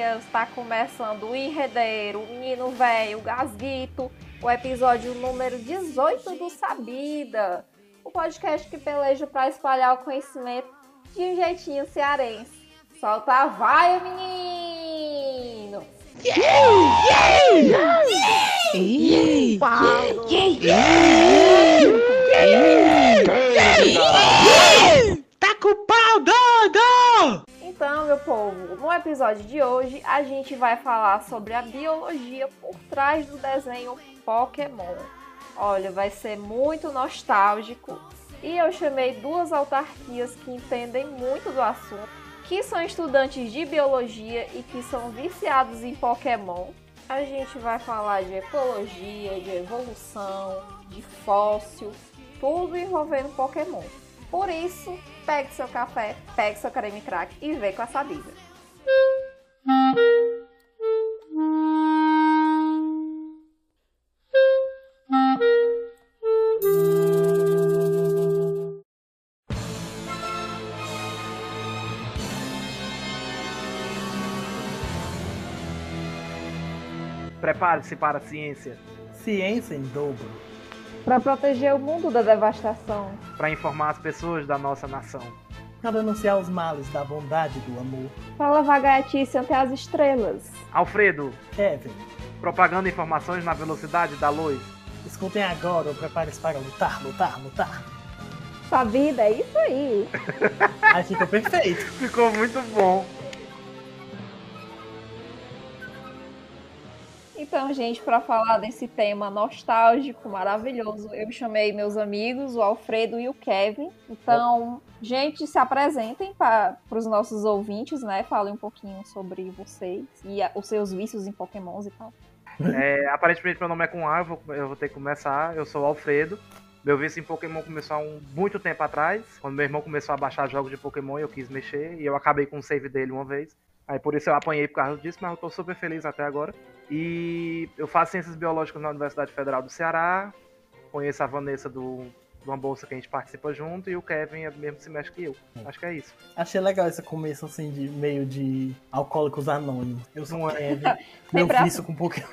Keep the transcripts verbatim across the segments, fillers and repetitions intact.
criancinhas, está começando o Enredeiro, o Menino Velho, o Gasguito, o episódio número dezoito do Sabida, o podcast que peleja para espalhar o conhecimento de um jeitinho cearense. Solta a vaia, menino! Tá com o pau, doido! Então, meu povo, no episódio de hoje a gente vai falar sobre a biologia por trás do desenho Pokémon. Olha, vai ser muito nostálgico e eu chamei duas autarquias que entendem muito do assunto, que são estudantes de biologia e que são viciados em Pokémon. A gente vai falar de ecologia, de evolução, de fóssil, tudo envolvendo Pokémon. Por isso, pegue seu café, pegue seu creme crack e vem com a Sabida. Prepare-se para a ciência. Ciência em dobro. Para proteger o mundo da devastação. Para informar as pessoas da nossa nação. Para denunciar os males da bondade e do amor. Para levar a gaiatice até as estrelas. Alfredo. Kevin. Propagando informações na velocidade da luz. Escutem agora ou prepare-se para lutar, lutar, lutar. Sabida, é isso aí. Aí ficou perfeito. Ficou muito bom. Então, gente, para falar desse tema nostálgico, maravilhoso, eu chamei meus amigos, o Alfredo e o Kevin. Então, gente, se apresentem para os nossos ouvintes, né? Falem um pouquinho sobre vocês e a, os seus vícios em Pokémons e tal. É, aparentemente, meu nome é com A, eu vou, eu vou ter que começar. Eu sou o Alfredo. Meu vício em Pokémon começou há um, muito tempo atrás, quando meu irmão começou a baixar jogos de Pokémon, eu quis mexer e eu acabei com o save dele uma vez. Aí por isso eu apanhei por causa disso, mas eu tô super feliz até agora. E eu faço Ciências Biológicas na Universidade Federal do Ceará. Conheço a Vanessa do, de uma bolsa que a gente participa junto. E o Kevin é do mesmo semestre que eu. Acho que é isso. Achei legal esse começo assim, de meio de Alcoólicos Anônimos. Eu sou o Kevin, meu Sempre vício com Pokémon.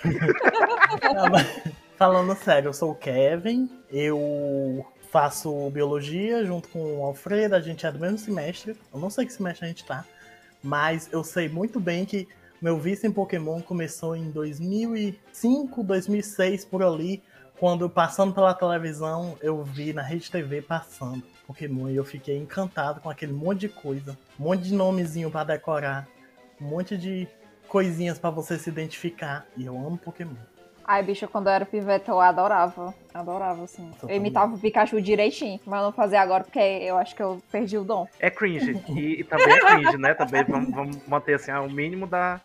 Não, mas, falando sério, eu sou o Kevin. Eu faço Biologia junto com o Alfredo. A gente é do mesmo semestre. Eu não sei que semestre a gente tá. Mas eu sei muito bem que meu vício em Pokémon começou em dois mil e cinco, dois mil e seis, por ali, quando passando pela televisão eu vi na Rede T V passando Pokémon e eu fiquei encantado com aquele monte de coisa, um monte de nomezinho pra decorar, um monte de coisinhas pra você se identificar, e eu amo Pokémon. Ai, bicho, quando eu era pivete eu adorava, adorava, assim. Eu imitava o Pikachu direitinho, mas não fazia agora porque eu acho que eu perdi o dom. É cringe, e, e também é cringe, né? Também vamos, vamos manter assim, o mínimo da...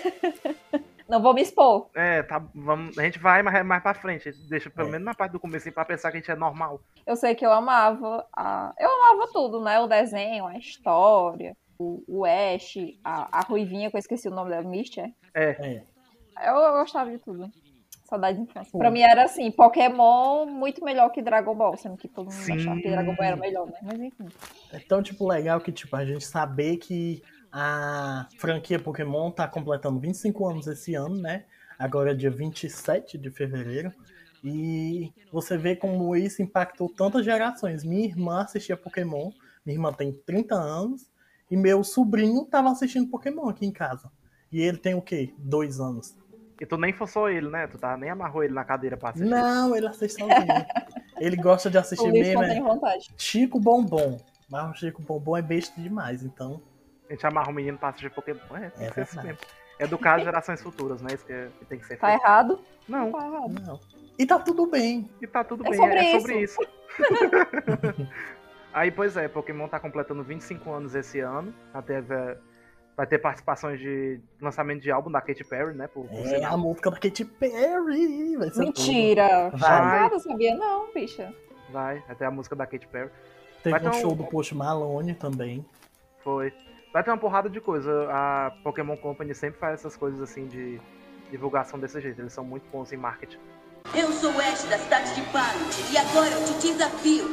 Não vou me expor. É, tá, vamos, a gente vai mais, mais pra frente, a gente deixa pelo é. menos na parte do começo pra pensar que a gente é normal. Eu sei que eu amava, a... eu amava tudo, né? O desenho, a história, o, o Ash, a, a Ruivinha, que eu esqueci o nome dela, Misty, é? É. Eu, eu gostava de tudo. Saudade de infância. Pra mim era assim, Pokémon muito melhor que Dragon Ball, sendo que todo mundo Sim. achava que Dragon Ball era melhor, né? Mas enfim. É tão, tipo, legal que, tipo, a gente saber que a franquia Pokémon tá completando vinte e cinco anos esse ano, né? Agora é dia vinte e sete de fevereiro. E você vê como isso impactou tantas gerações. Minha irmã assistia Pokémon, minha irmã tem trinta anos, e meu sobrinho tava assistindo Pokémon aqui em casa. E ele tem o quê? Dois anos. E tu nem forçou ele, né? Tu tá, nem amarrou ele na cadeira pra assistir. Não, ele assiste sozinho. Ele gosta de assistir o mesmo. Não tem vontade. Chico Bombom. Mas o Chico Bombom é besta demais, então... A gente amarra o menino pra assistir Pokémon. É, tem É que ser assim verdade. mesmo. Educar as gerações futuras, né? Isso que, é, que tem que ser Tá feito. errado? Não. Tá errado. Não. E tá tudo bem. E tá tudo É bem, sobre é sobre isso. isso. Aí, pois é, Pokémon tá completando vinte e cinco anos esse ano. Até vai ter participações de lançamento de álbum da Katy Perry, né? Por, por É sinal. a música da Katy Perry. Vai ser Mentira! tudo. Vai. Vai. Não sabia não, bicha. Vai, vai ter a música da Katy Perry. Teve Vai um ter um- show do Post Malone também. Foi. Vai ter uma porrada de coisa. A Pokémon Company sempre faz essas coisas assim de divulgação desse jeito. Eles são muito bons em marketing. Eu sou o Ash da cidade de Pallet e agora eu te desafio.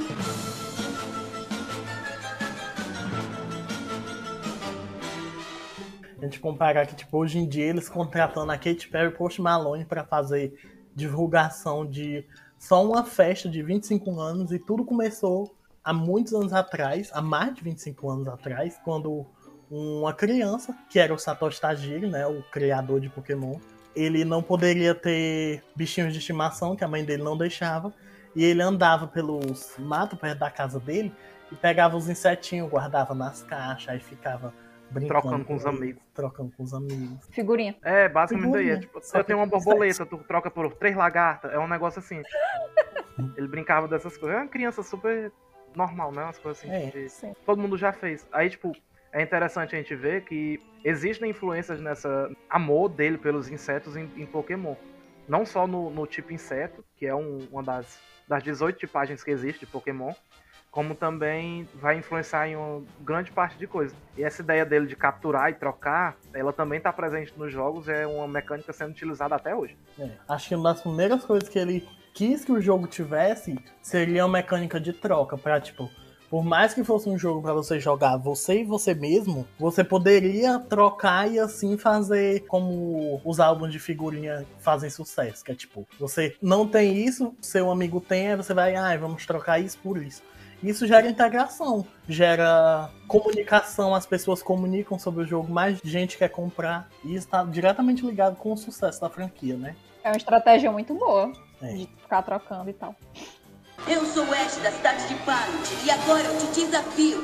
A gente comparar que, tipo, hoje em dia eles contratando a Katy Perry e Post Malone pra fazer divulgação de só uma festa de vinte e cinco anos, e tudo começou há muitos anos atrás, há mais de vinte e cinco anos atrás, quando uma criança, que era o Satoshi Tajiri, né, o criador de Pokémon, ele não poderia ter bichinhos de estimação, que a mãe dele não deixava, e ele andava pelos matos perto da casa dele e pegava os insetinhos, guardava nas caixas, aí ficava brincando Trocando com os eles, amigos. Trocando com os amigos. Figurinha. É, basicamente aí. É, Figurinha. tipo, Só eu tenho uma que com borboleta, tu troca por três lagartas. É um negócio assim. Ele brincava dessas coisas. É uma criança super normal, né? Umas coisas assim. É, de- sim. Todo mundo já fez. Aí, tipo, é interessante a gente ver que existem influências nessa amor dele pelos insetos em, em Pokémon. Não só no, no tipo inseto, que é um- uma das, das dezoito tipagens que existe de Pokémon, como também vai influenciar em uma grande parte de coisas. E essa ideia dele de capturar e trocar, ela também está presente nos jogos, é uma mecânica sendo utilizada até hoje. É, acho que uma das primeiras coisas que ele quis que o jogo tivesse seria uma mecânica de troca, pra, tipo, por mais que fosse um jogo pra você jogar você e você mesmo, você poderia trocar e assim fazer como os álbuns de figurinha fazem sucesso, que é tipo, você não tem isso, seu amigo tem, aí você vai, ah, vamos trocar isso por isso. Isso gera integração, gera comunicação, as pessoas comunicam sobre o jogo, mais gente quer comprar, e isso está diretamente ligado com o sucesso da franquia, né? É uma estratégia muito boa É. de ficar trocando e tal. Eu sou o Ash da cidade de Pallet e agora eu te desafio.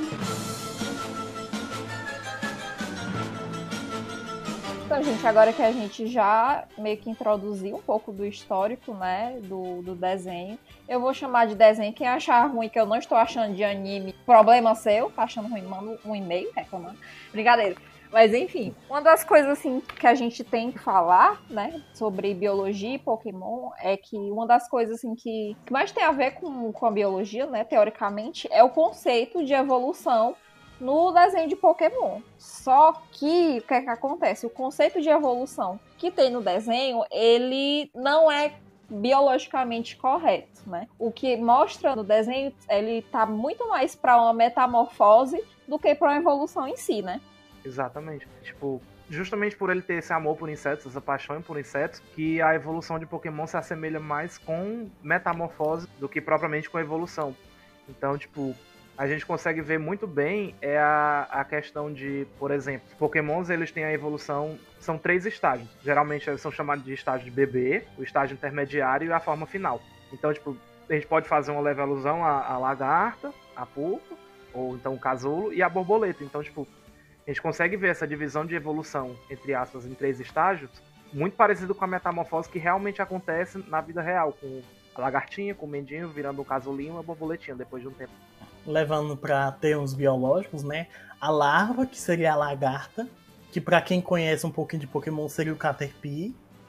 Então, gente, agora que a gente já meio que introduziu um pouco do histórico, né, do, do desenho, eu vou chamar de desenho. Quem achar ruim, que eu não estou achando de anime, problema seu, tá achando ruim, manda um e-mail reclamando. Brincadeira. Mas, enfim, uma das coisas, assim, que a gente tem que falar, né, sobre biologia e Pokémon é que uma das coisas, assim, que, que mais tem a ver com, com a biologia, né, teoricamente, é o conceito de evolução no desenho de Pokémon. Só que, o que é que acontece? O conceito de evolução que tem no desenho, ele não é biologicamente correto, né? O que mostra no desenho, ele tá muito mais para uma metamorfose do que para uma evolução em si, né? Exatamente. Tipo, justamente por ele ter esse amor por insetos, essa paixão por insetos, que a evolução de Pokémon se assemelha mais com metamorfose do que propriamente com a evolução. Então, tipo, a gente consegue ver muito bem é a, a questão de, por exemplo, os Pokémons, eles têm a evolução, são três estágios. Geralmente eles são chamados de estágio de bebê, o estágio intermediário e a forma final. Então, tipo, a gente pode fazer uma leve alusão à, à lagarta, à pulpa, ou então o casulo e a borboleta. Então, tipo, a gente consegue ver essa divisão de evolução, entre aspas, em três estágios, muito parecido com a metamorfose que realmente acontece na vida real, com a lagartinha, com o mendinho virando o casulinho e a borboletinha depois de um tempo. Levando para termos biológicos, né? A larva, que seria a lagarta, que para quem conhece um pouquinho de Pokémon seria o Caterpie.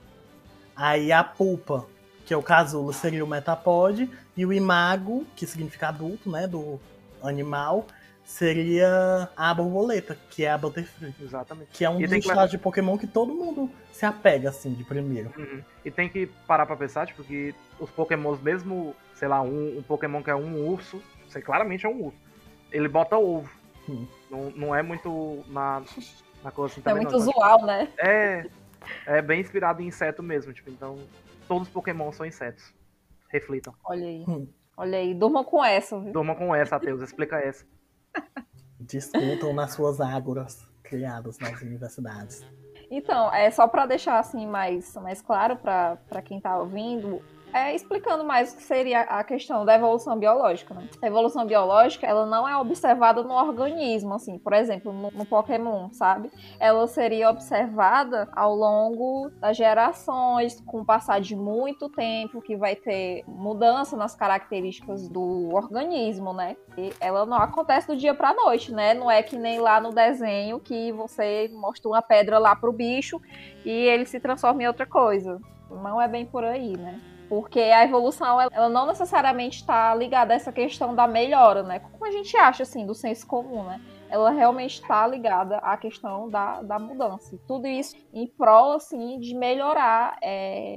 Aí a pulpa, que é o casulo, seria o Metapod. E o imago, que significa adulto, né? Do animal, seria a borboleta, que é a Butterfree. Exatamente. Que é um E dos tem que estágios de Pokémon que todo mundo se apega, assim, de primeiro. Uhum. E tem que parar pra pensar, tipo, que os Pokémons, mesmo, sei lá, um, um Pokémon que é um urso, sei, claramente é um urso, ele bota ovo. Hum. Não, não é muito na, na coisa assim É também. muito não, tá? usual, né? É, é bem inspirado em inseto mesmo, tipo, então todos os Pokémon são insetos. Reflitam. Olha aí. Hum. Olha aí, durmam com essa, viu? Durmam com essa, Ateus, explica essa. Discutam nas suas ágoras criadas nas universidades. Então, é só para deixar assim mais, mais claro para quem tá ouvindo, é, explicando mais o que seria a questão da evolução biológica, né? A evolução biológica, ela não é observada no organismo, assim, por exemplo, no, no Pokémon, sabe? Ela seria observada ao longo das gerações, com o passar de muito tempo, que vai ter mudança nas características do organismo, né? E ela não acontece do dia pra noite, né? Não é que nem lá no desenho que você mostra uma pedra lá pro bicho e ele se transforma em outra coisa. Não é bem por aí, né? Porque a evolução, ela não necessariamente está ligada a essa questão da melhora, né? Como a gente acha, assim, do senso comum, né? Ela realmente está ligada à questão da, da mudança. E tudo isso em prol, assim, de melhorar é,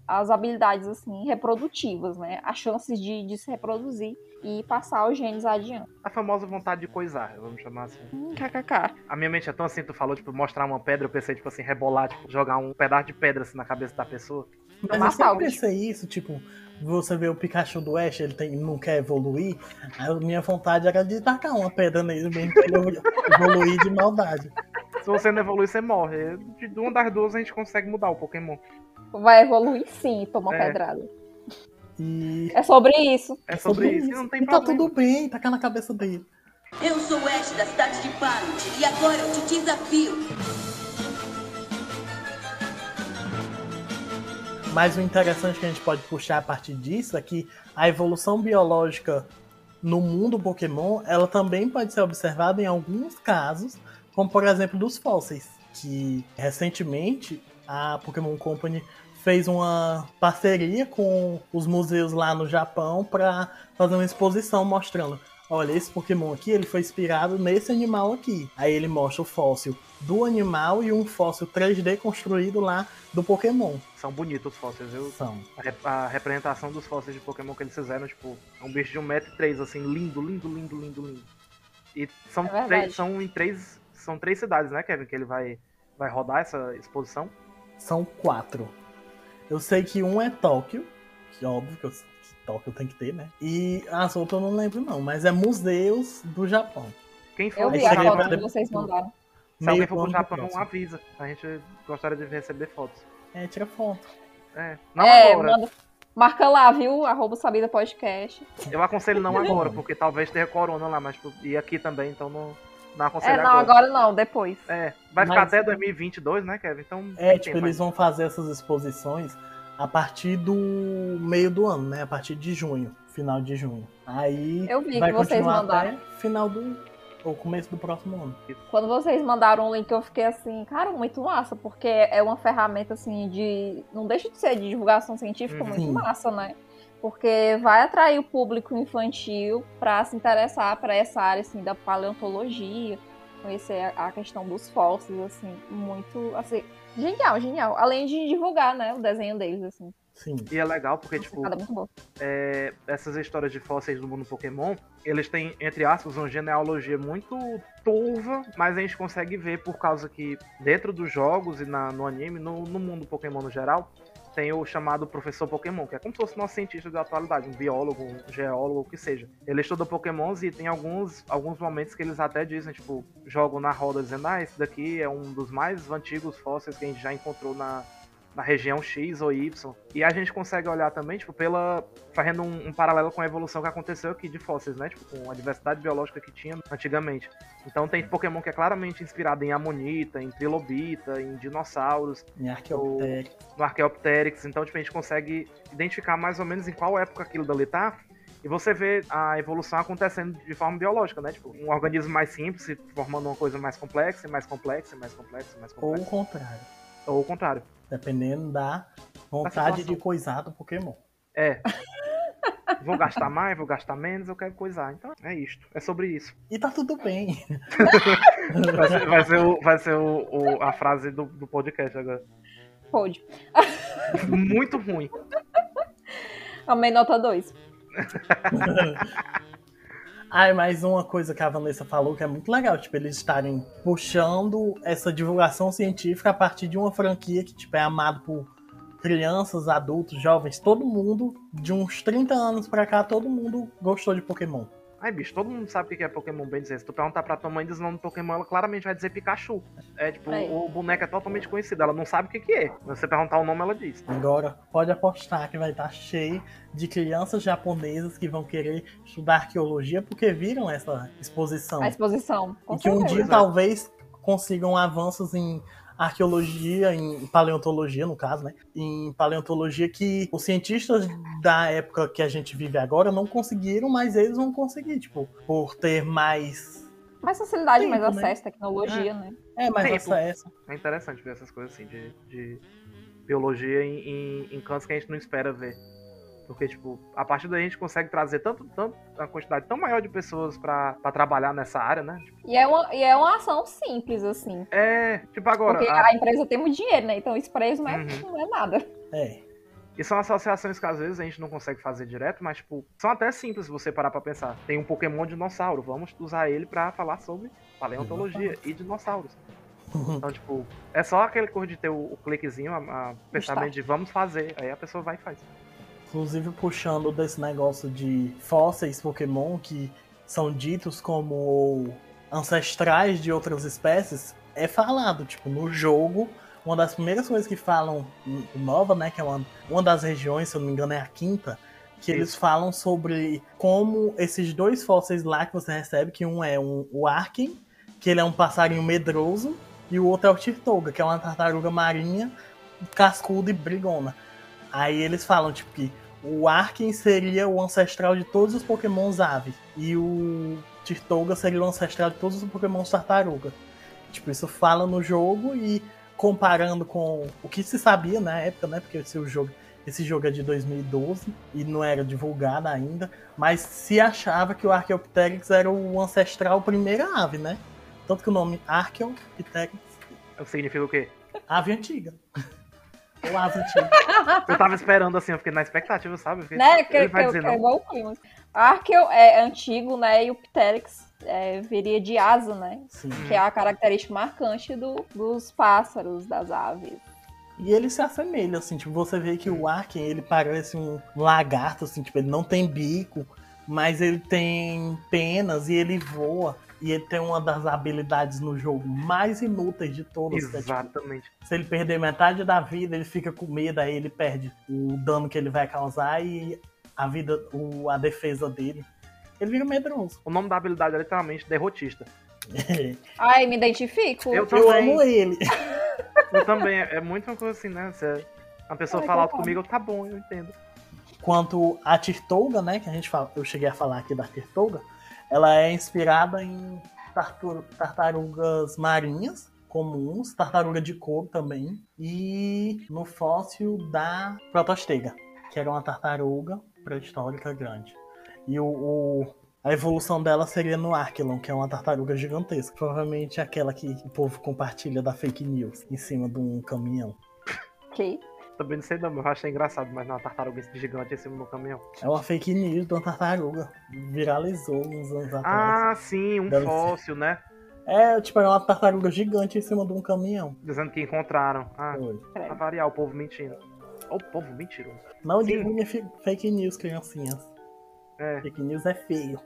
as habilidades, assim, reprodutivas, né? As chances de, de se reproduzir e passar os genes adiante. A famosa vontade de coisar, vamos chamar assim. Hum, kkk. A minha mente é tão assim, tu falou, tipo, mostrar uma pedra, eu pensei, tipo assim, rebolar, tipo, jogar um pedaço de pedra assim na cabeça da pessoa. Mas eu Matar sempre o bicho. pensei isso, tipo, você vê o Pikachu do Ash, ele tem, não quer evoluir, aí a minha vontade era de tacar uma pedra nele mesmo pra ele evoluir de maldade. Se você não evoluir, você morre. De uma das duas a gente consegue mudar o Pokémon. Vai evoluir sim, toma É. pedrada. E É sobre isso. É sobre, isso, e não tem e tá problema. tudo bem, tacar na cabeça dele. Eu sou o Ash da cidade de Pallet e agora eu te desafio. Mas o interessante que a gente pode puxar a partir disso é que a evolução biológica no mundo Pokémon, ela também pode ser observada em alguns casos, como por exemplo dos fósseis, que recentemente a Pokémon Company fez uma parceria com os museus lá no Japão para fazer uma exposição mostrando, olha, esse Pokémon aqui, ele foi inspirado nesse animal aqui. Aí ele mostra o fóssil do animal e um fóssil três D construído lá do Pokémon. São bonitos os fósseis, viu? São. A, rep- a representação dos fósseis de Pokémon que eles fizeram, tipo, é um bicho de um metro e três, assim, lindo, lindo, lindo, lindo, lindo. E são, É verdade. três, são em três. São três cidades, né, Kevin, que ele vai, vai rodar essa exposição. São quatro. Eu sei que um é Tóquio, que óbvio que, eu, que Tóquio tem que ter, né? E as outras eu não lembro não, mas é museus do Japão. Quem for Eu Aí vi a seria foto pra- que vocês mandaram. Se alguém Meio for pro pro ano Japão, próximo. avisa. A gente gostaria de receber fotos. É, tira foto. É, não é, agora. manda. Marca lá, viu? Arroba Sabida Podcast. Eu aconselho não agora, porque talvez tenha corona lá, mas tipo, e aqui também, então não, não É, aconselho não, agora. agora não, depois. É, vai Mas- ficar até dois mil e vinte e dois, né, Kevin? Então, É, tem tipo, tempo eles ainda. vão fazer essas exposições a partir do meio do ano, né? A partir de junho, final de junho. Aí Eu vi vai que vocês continuar mandaram. até final do ou começo do próximo ano. Quando vocês mandaram o link, eu fiquei assim, cara, muito massa, porque é uma ferramenta assim de. Não deixa de ser de divulgação científica, Uhum. muito Sim. massa, né? Porque vai atrair o público infantil para se interessar para essa área assim da paleontologia, conhecer a a questão dos fósseis, assim, muito assim, genial, genial. Além de divulgar, né, o desenho deles, assim. Sim. E é legal porque, tipo, Cada muito bom. é, essas histórias de fósseis do mundo Pokémon, eles têm, entre aspas, uma genealogia muito turva, mas a gente consegue ver por causa que dentro dos jogos e na, no anime, no, no mundo Pokémon no geral, tem o chamado professor Pokémon, que é como se fosse nosso cientista da atualidade, um biólogo, um geólogo, o que seja. Ele estuda Pokémons e tem alguns, alguns momentos que eles até dizem, tipo, jogam na roda dizendo, ah, esse daqui é um dos mais antigos fósseis que a gente já encontrou na, na região X ou Y. E a gente consegue olhar também, tipo, pela... fazendo um, um paralelo com a evolução que aconteceu aqui de fósseis, né? Tipo, com a diversidade biológica que tinha antigamente. Então tem Pokémon que é claramente inspirado em Amonita, em Trilobita, em dinossauros, Em Archaeopteryx. no Archaeopteryx. Então, tipo, a gente consegue identificar mais ou menos em qual época aquilo dali tá. E você vê a evolução acontecendo de forma biológica, né? Tipo, um organismo mais simples se formando uma coisa mais complexa, e mais complexa, e mais complexa, e mais Ou o complexa. contrário. Ou o contrário. Dependendo da vontade situação. de coisar do Pokémon. É. Vou gastar mais, vou gastar menos, eu quero coisar. Então, é isto. É sobre isso. E tá tudo bem. Vai ser, vai ser, o, vai ser o, o- a frase do, do podcast agora. Pode. Muito ruim. Amei nota dois. Ai, mais uma coisa que a Vanessa falou que é muito legal, tipo, eles estarem puxando essa divulgação científica a partir de uma franquia que, tipo, é amado por crianças, adultos, jovens, todo mundo, de uns trinta anos pra cá, todo mundo gostou de Pokémon. Ai, bicho, todo mundo sabe o que é Pokémon, bem dizer. Se tu perguntar pra tua mãe diz o nome do Pokémon, ela claramente vai dizer Pikachu. É, tipo, É. o boneco é totalmente conhecido, ela não sabe o que que é. Se você perguntar o nome, ela diz. Agora, pode apostar que vai estar cheio de crianças japonesas que vão querer estudar arqueologia porque viram essa exposição. A exposição. Com E que um certeza. dia talvez consigam avanços em arqueologia, em paleontologia, no caso, né? Em paleontologia que os cientistas da época que a gente vive agora não conseguiram, mas eles vão conseguir, tipo, por ter mais... Mais facilidade, Tempo, mais né? acesso, tecnologia, né? É, mais Tempo. acesso. É interessante ver essas coisas assim, de, de biologia em, em, em cantos que a gente não espera ver. Porque, tipo, a partir daí a gente consegue trazer tanto, tanto uma quantidade tão maior de pessoas pra, pra trabalhar nessa área, né? Tipo, E é, uma, e é uma ação simples, assim. é, tipo agora... Porque a- a empresa tem muito dinheiro, né? Então isso pra eles não é, Uhum. não é nada. É. E são associações que às vezes a gente não consegue fazer direto, mas, tipo, são até simples se você parar pra pensar. Tem um Pokémon dinossauro, vamos usar ele pra falar sobre paleontologia e dinossauros. Então, tipo, é só aquele cor de ter o, o cliquezinho, a, a pensamento de vamos fazer, aí a pessoa vai e faz. Inclusive, puxando desse negócio de fósseis Pokémon que são ditos como ancestrais de outras espécies, é falado, tipo, no jogo. Uma das primeiras coisas que falam, nova, né, que é uma, uma das regiões, se eu não me engano é a quinta, que eles falam sobre como esses dois fósseis lá que você recebe, que um é um, o Arken, que ele é um passarinho medroso, e o outro é o Tirtoga, que é uma tartaruga marinha, cascuda e brigona. Aí eles falam, tipo, que o Arken seria o ancestral de todos os Pokémons ave, e o Tirtoga seria o ancestral de todos os Pokémons tartaruga. Tipo, isso fala no jogo e comparando com o que se sabia na época, né? Porque esse jogo, esse jogo é de dois mil e doze e não era divulgado ainda, mas se achava que o Archaeopteryx era o ancestral primeira ave, né? Tanto que o nome Archaeopteryx significa o quê? Ave antiga. Ou ave antiga. Eu tava esperando assim, eu fiquei na expectativa, sabe? Fiquei, Né? Que, ele que, vai que, dizer que é não. igual o clima. Arqueo é antigo, né? E o Pteryx é, viria de asa, né? Sim. Que é a característica marcante do, dos pássaros, das aves. E ele se assemelha, assim, tipo, você vê que o Arken, ele parece um lagarto, assim, tipo, ele não tem bico, mas ele tem penas e ele voa. E ele tem uma das habilidades no jogo mais inúteis de todas. Exatamente. Que é, tipo, se ele perder metade da vida, ele fica com medo, aí ele perde o dano que ele vai causar e a vida, o, a defesa dele. Ele vira medroso. O nome da habilidade é literalmente derrotista. Ai, me identifico. Eu Eu também. amo ele. Eu também. É muito uma coisa assim, né? Se a pessoa Ai, fala alto coitado. comigo, eu, tá bom, eu entendo. Quanto a Tirtoga, né, que a gente fala, eu cheguei a falar aqui da Tirtoga, ela é inspirada em tartu- tartarugas marinhas comuns, tartaruga de couro também, e no fóssil da Protostega, que era uma tartaruga pré-histórica grande. E o, o- a evolução dela seria no Archelon, que é uma tartaruga gigantesca, provavelmente aquela que o povo compartilha da fake news em cima de um caminhão. Ok. Também não sei não, mas eu achei engraçado, mas não, uma tartaruga gigante em cima do caminhão. É uma fake news de uma tartaruga, viralizou uns anos atrás. Ah, sim, um Deve ser. fóssil, né? É, tipo, era uma tartaruga gigante em cima de um caminhão. Dizendo que encontraram. Ah, Foi. pra variar, o povo mentindo. O povo mentiroso. Não Sim. divulgue fi- fake news, criancinhas. É. Fake news é feio.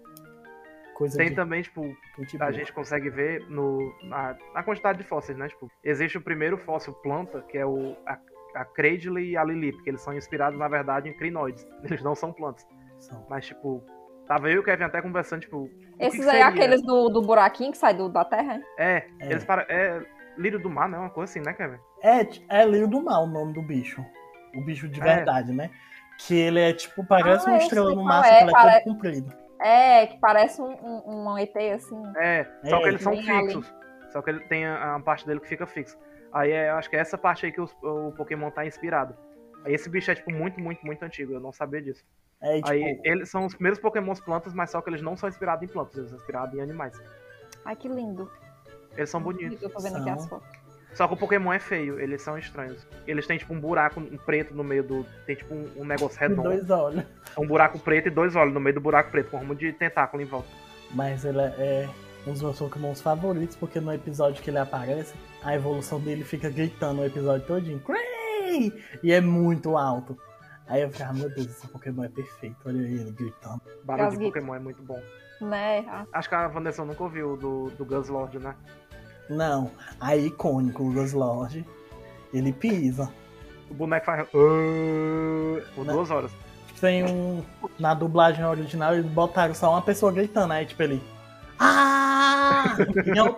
Coisa Tem de também, tipo, gente a boa. gente consegue ver no, na, na quantidade de fósseis, né? Tipo, existe o primeiro fóssil planta, que é o, a, a Cradle e a Lilip, que eles são inspirados, na verdade, em crinoides. Eles não são plantas. São. Mas, tipo, tava eu e o Kevin até conversando, tipo... o que Esses que aí, seria? aqueles do, do buraquinho que sai do, da terra, hein? É, É. eles para... É lírio do mar, né? Uma coisa assim, né, Kevin? É, t- é Lírio do Mal o nome do bicho. O bicho de É. verdade, né? Que ele é tipo, parece Ah, uma eu estrela sei no qual mar, é, só que ele é pare- todo comprido. É, que parece um, um, um E T, assim. É, só É, que eles são bem ali. fixos. Só que ele tem a, a parte dele que fica fixa. Aí é, eu acho que é essa parte aí que os- o Pokémon tá inspirado. Aí esse bicho é, tipo, muito, muito, muito antigo. Eu não sabia disso. É, tipo, Aí eles são os primeiros Pokémons plantas, mas só que eles não são inspirados em plantas, eles são inspirados em animais. Ai, que lindo. Eles são bonitos. Eu tô vendo aqui São. as fotos. Só que o Pokémon é feio, eles são estranhos. Eles têm tipo um buraco um preto no meio do. Tem tipo um, um negócio de redondo. dois olhos. Um buraco preto e dois olhos no meio do buraco preto, com rumo de tentáculo em volta. Mas ele é, é um dos meus Pokémons favoritos, porque no episódio que ele aparece, a evolução dele fica gritando o episódio todinho. Cray! E é muito alto. Aí eu ficava, meu Deus, esse Pokémon é perfeito. Olha ele gritando. O barulho de Gasguito. Pokémon é muito bom. Né? Ah, Acho que a Vanessa nunca ouviu do, do Guzzlord, né? Não, aí icônico, o Guzzlord, ele pisa. O boneco faz. "Ah", por Né? duas horas. Tem um. Na dublagem original, eles botaram só uma pessoa gritando, aí tipo ele. Ah! E eu-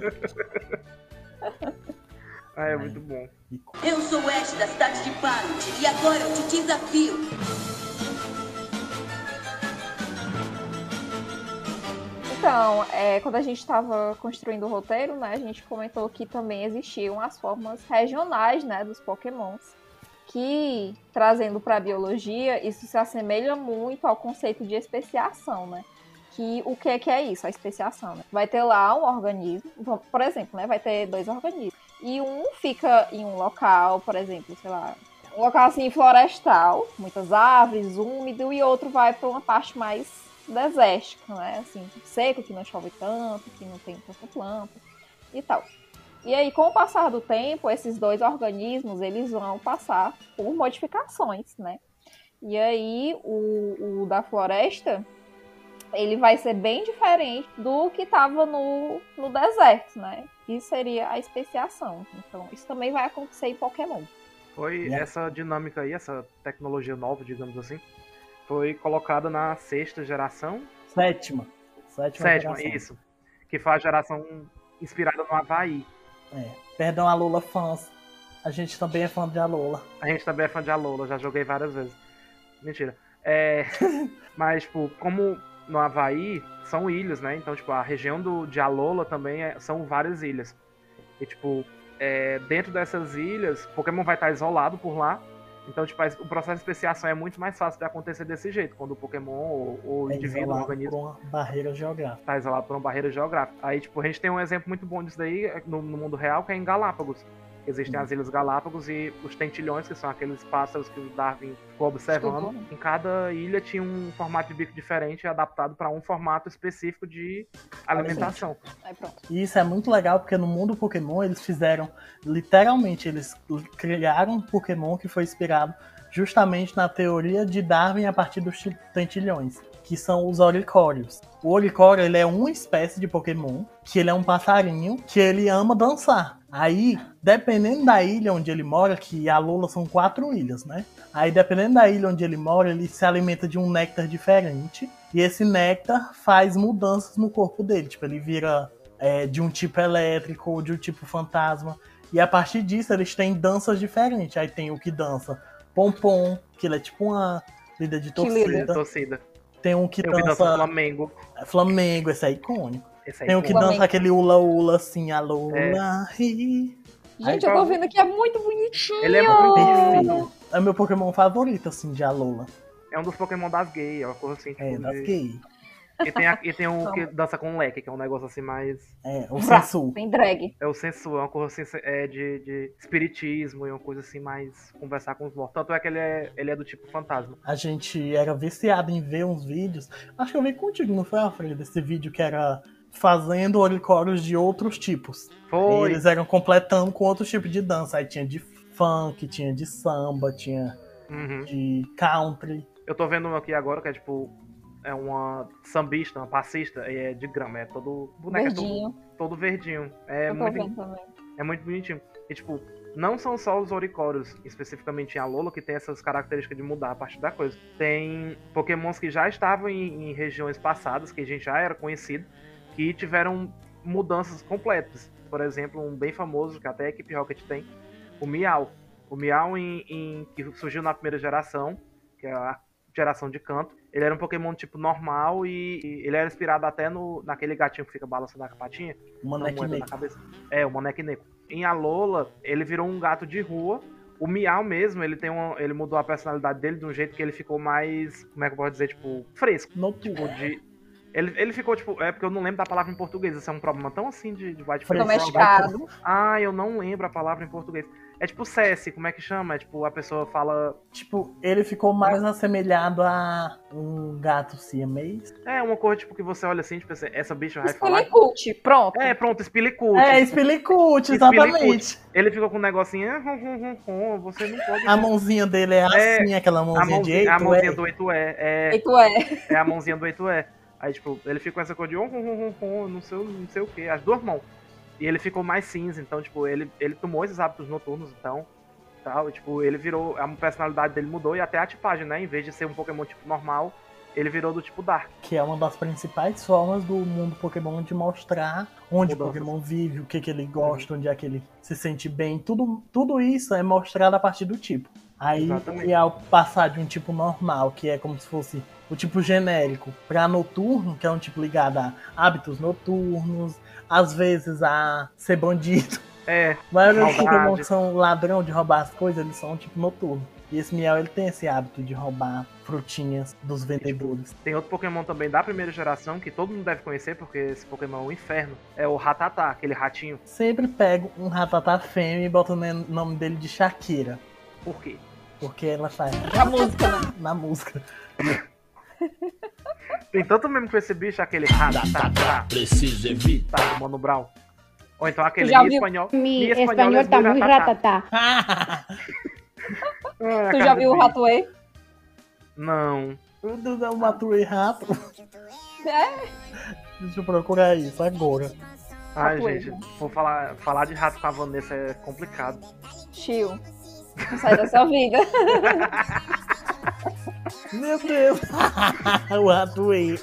Ah, é muito bom. Eu sou o Ash da cidade de Pallet e agora eu te desafio. Então, é, quando a gente estava construindo o roteiro, né, a gente comentou que também existiam as formas regionais, né, dos Pokémons, que, trazendo para a biologia, isso se assemelha muito ao conceito de especiação, né? Que o que é que é isso, a especiação, né? Vai ter lá um organismo, vamos- por exemplo, né, vai ter dois organismos, e um fica em um local, por exemplo, sei lá, Um local assim florestal, muitas árvores, úmido, e outro vai para uma parte mais desértica, né? Assim, seco, que não chove tanto, que não tem tanta planta e tal. E aí, com o passar do tempo, esses dois organismos, eles vão passar por modificações, né? E aí, o, o da floresta, ele vai ser bem diferente do que estava no, no deserto, né? Isso seria a especiação. Então, isso também vai acontecer em Pokémon. Foi Yeah. essa dinâmica aí, essa tecnologia nova, digamos assim, foi colocada na sexta geração. Sétima. Sétima, Sétima, geração. isso. Que foi a geração inspirada no Havaí. É. Perdão, Alola fãs. A gente também é fã de Alola. A gente também é fã de Alola, já joguei várias vezes. Mentira. É... Mas, tipo, como no Havaí são ilhas, né? Então, tipo, a região do, de Alola também é- são várias ilhas. E, tipo, é, dentro dessas ilhas, o Pokémon vai estar isolado por lá. Então, tipo, o processo de especiação é muito mais fácil de acontecer desse jeito, quando o Pokémon ou, ou o É indivíduo, o isolado organismo, por uma barreira geográfica. tá isolado por uma barreira geográfica. Aí, tipo, a gente tem um exemplo muito bom disso daí no, no mundo real, que é em Galápagos. Existem Hum. as Ilhas Galápagos e os tentilhões, que são aqueles pássaros que o Darwin ficou observando. Estudou. Em cada ilha tinha um formato de bico diferente, adaptado para um formato específico de alimentação. Aí pronto. E isso é muito legal porque no mundo Pokémon eles fizeram, literalmente, eles criaram um Pokémon que foi inspirado justamente na teoria de Darwin a partir dos tentilhões, que são os oricórios. O oricório, ele é uma espécie de Pokémon, que ele é um passarinho, que ele ama dançar. Aí, dependendo da ilha onde ele mora, que a Alola são quatro ilhas, né? Aí, dependendo da ilha onde ele mora, ele se alimenta de um néctar diferente, e esse néctar faz mudanças no corpo dele. Tipo, ele vira é, de um tipo elétrico ou de um tipo fantasma. E a partir disso, eles têm danças diferentes. Aí tem o que dança Pompom, que ele é tipo uma líder de Que líder. torcida. Torcida. Tem um que Tem o que dança dança Flamengo. Flamengo, esse é icônico. Esse aí, Tem um que pô. Flamengo. dança aquele ula-ula assim, alô, É. hi. Gente, Aí, eu tô vendo aqui, é muito bonitinho. Ele é muito Perfeito. É meu Pokémon favorito, assim, de Alola. É um dos Pokémon das gays, é uma coisa assim. É, tipo, das de- gay. E tem, a- e tem um que dança com leque, que é um negócio assim mais. É, o Vrá, Sensu. Bem drag. É o sensu, é uma coisa assim, é de, de espiritismo e uma coisa assim mais conversar com os mortos. Tanto é que ele é, ele é do tipo fantasma. A gente era viciado em ver uns vídeos. Acho que eu vi contigo, não foi, Alfredo? Esse vídeo que era fazendo oricórios de outros tipos. Foi! Eles eram completando com outros tipos de dança. Aí tinha de funk, tinha de samba, tinha Uhum. de country. Eu tô vendo um aqui agora que é tipo. É uma sambista, uma passista, e é de grama, é todo. O boneco é Verdinho. todo, todo verdinho. É eu tô muito, vendo também. é muito bonitinho. E tipo, não são só os oricórios, especificamente em Alola, que tem essas características de mudar a partir da coisa. Tem pokémons que já estavam em, em regiões passadas, que a gente já era conhecido, que tiveram mudanças completas. Por exemplo, um bem famoso, que até a equipe Rocket tem, o Miau. O Miau, em, em- que surgiu na primeira geração, que é a geração de canto, ele era um Pokémon tipo normal e, e ele era inspirado até no, naquele gatinho que fica balançando a patinha. Uma Não, moeda na neck cabeça. É, o Manequineco. Em Alola, ele virou um gato de rua. O Miau mesmo, ele tem uma, ele mudou a personalidade dele de um jeito que ele ficou mais, como é que eu posso dizer, tipo, fresco. noturno. Tipo, de... Ele, ele ficou, tipo, é porque eu não lembro da palavra em português, isso é um problema tão assim de, de White Fresco. Face. Domesticado. Ah, eu não lembro a palavra em português. É tipo Cessi, como é que chama? É tipo, a pessoa fala... Tipo, ele ficou mais assemelhado a um gato siamês. É uma coisa, tipo, que você olha assim, tipo, essa bicha vai falar... Spillicute, pronto. É, pronto, Spillicute. É, Spillicute, exatamente. Ele ficou com um negocinho, "Ah, hum, hum, hum, hum, você não pode... A mãozinha dele é É, assim, aquela A mãozinha de mãozinha, eito. a mãozinha é. do oito é, é, Feito é. é a mãozinha do oito é. Aí, tipo, ele ficou com essa cor de hum, hum, hum, hum, não sei, não sei o que, as duas mãos. E ele ficou mais cinza, então, tipo, ele, ele tomou esses hábitos noturnos, então, tal, e, tipo, ele virou, a personalidade dele mudou e até a tipagem, né? Em vez de ser um Pokémon tipo normal, ele virou do tipo Dark. Que é uma das principais formas do mundo Pokémon de mostrar onde Mudanças. o Pokémon vive, o que, que ele gosta, onde é que ele se sente bem. Tudo, tudo isso é mostrado a partir do tipo. Aí, Exatamente. e ao passar de um tipo normal, que é como se fosse o tipo genérico, para noturno, que é um tipo ligado a hábitos noturnos, às vezes a ser bandido. É, A maioria dos Maldade. Pokémon que são ladrão de roubar as coisas, eles são um tipo noturno. E esse Miau, ele tem esse hábito de roubar frutinhas dos vendedores. tem outro Pokémon também da primeira geração que todo mundo deve conhecer, porque esse Pokémon é o inferno. É o Rattata, aquele ratinho. Sempre pego um Rattata fêmea e boto o nome dele de Shakira. Por quê? Porque ela faz A música, né? na música. Tem tanto mesmo com esse bicho, aquele ratatá, Preciso evitar. tá, do Mano Brown. Ou então aquele Tu já mi viu- espanhol. Mi Mi espanhol es tá muy muito ratatá. ratatá. Ah, a Tu cara já do viu o bicho. Ratoei? Não. Meu Deus, é um Matuei rato. É. Deixa eu procurar isso agora. Ai, Ratoei, gente, né? vou falar, falar de rato com a Vanessa é complicado. Tio. Não sai da sua vida. Meu Deus. O Ratoei.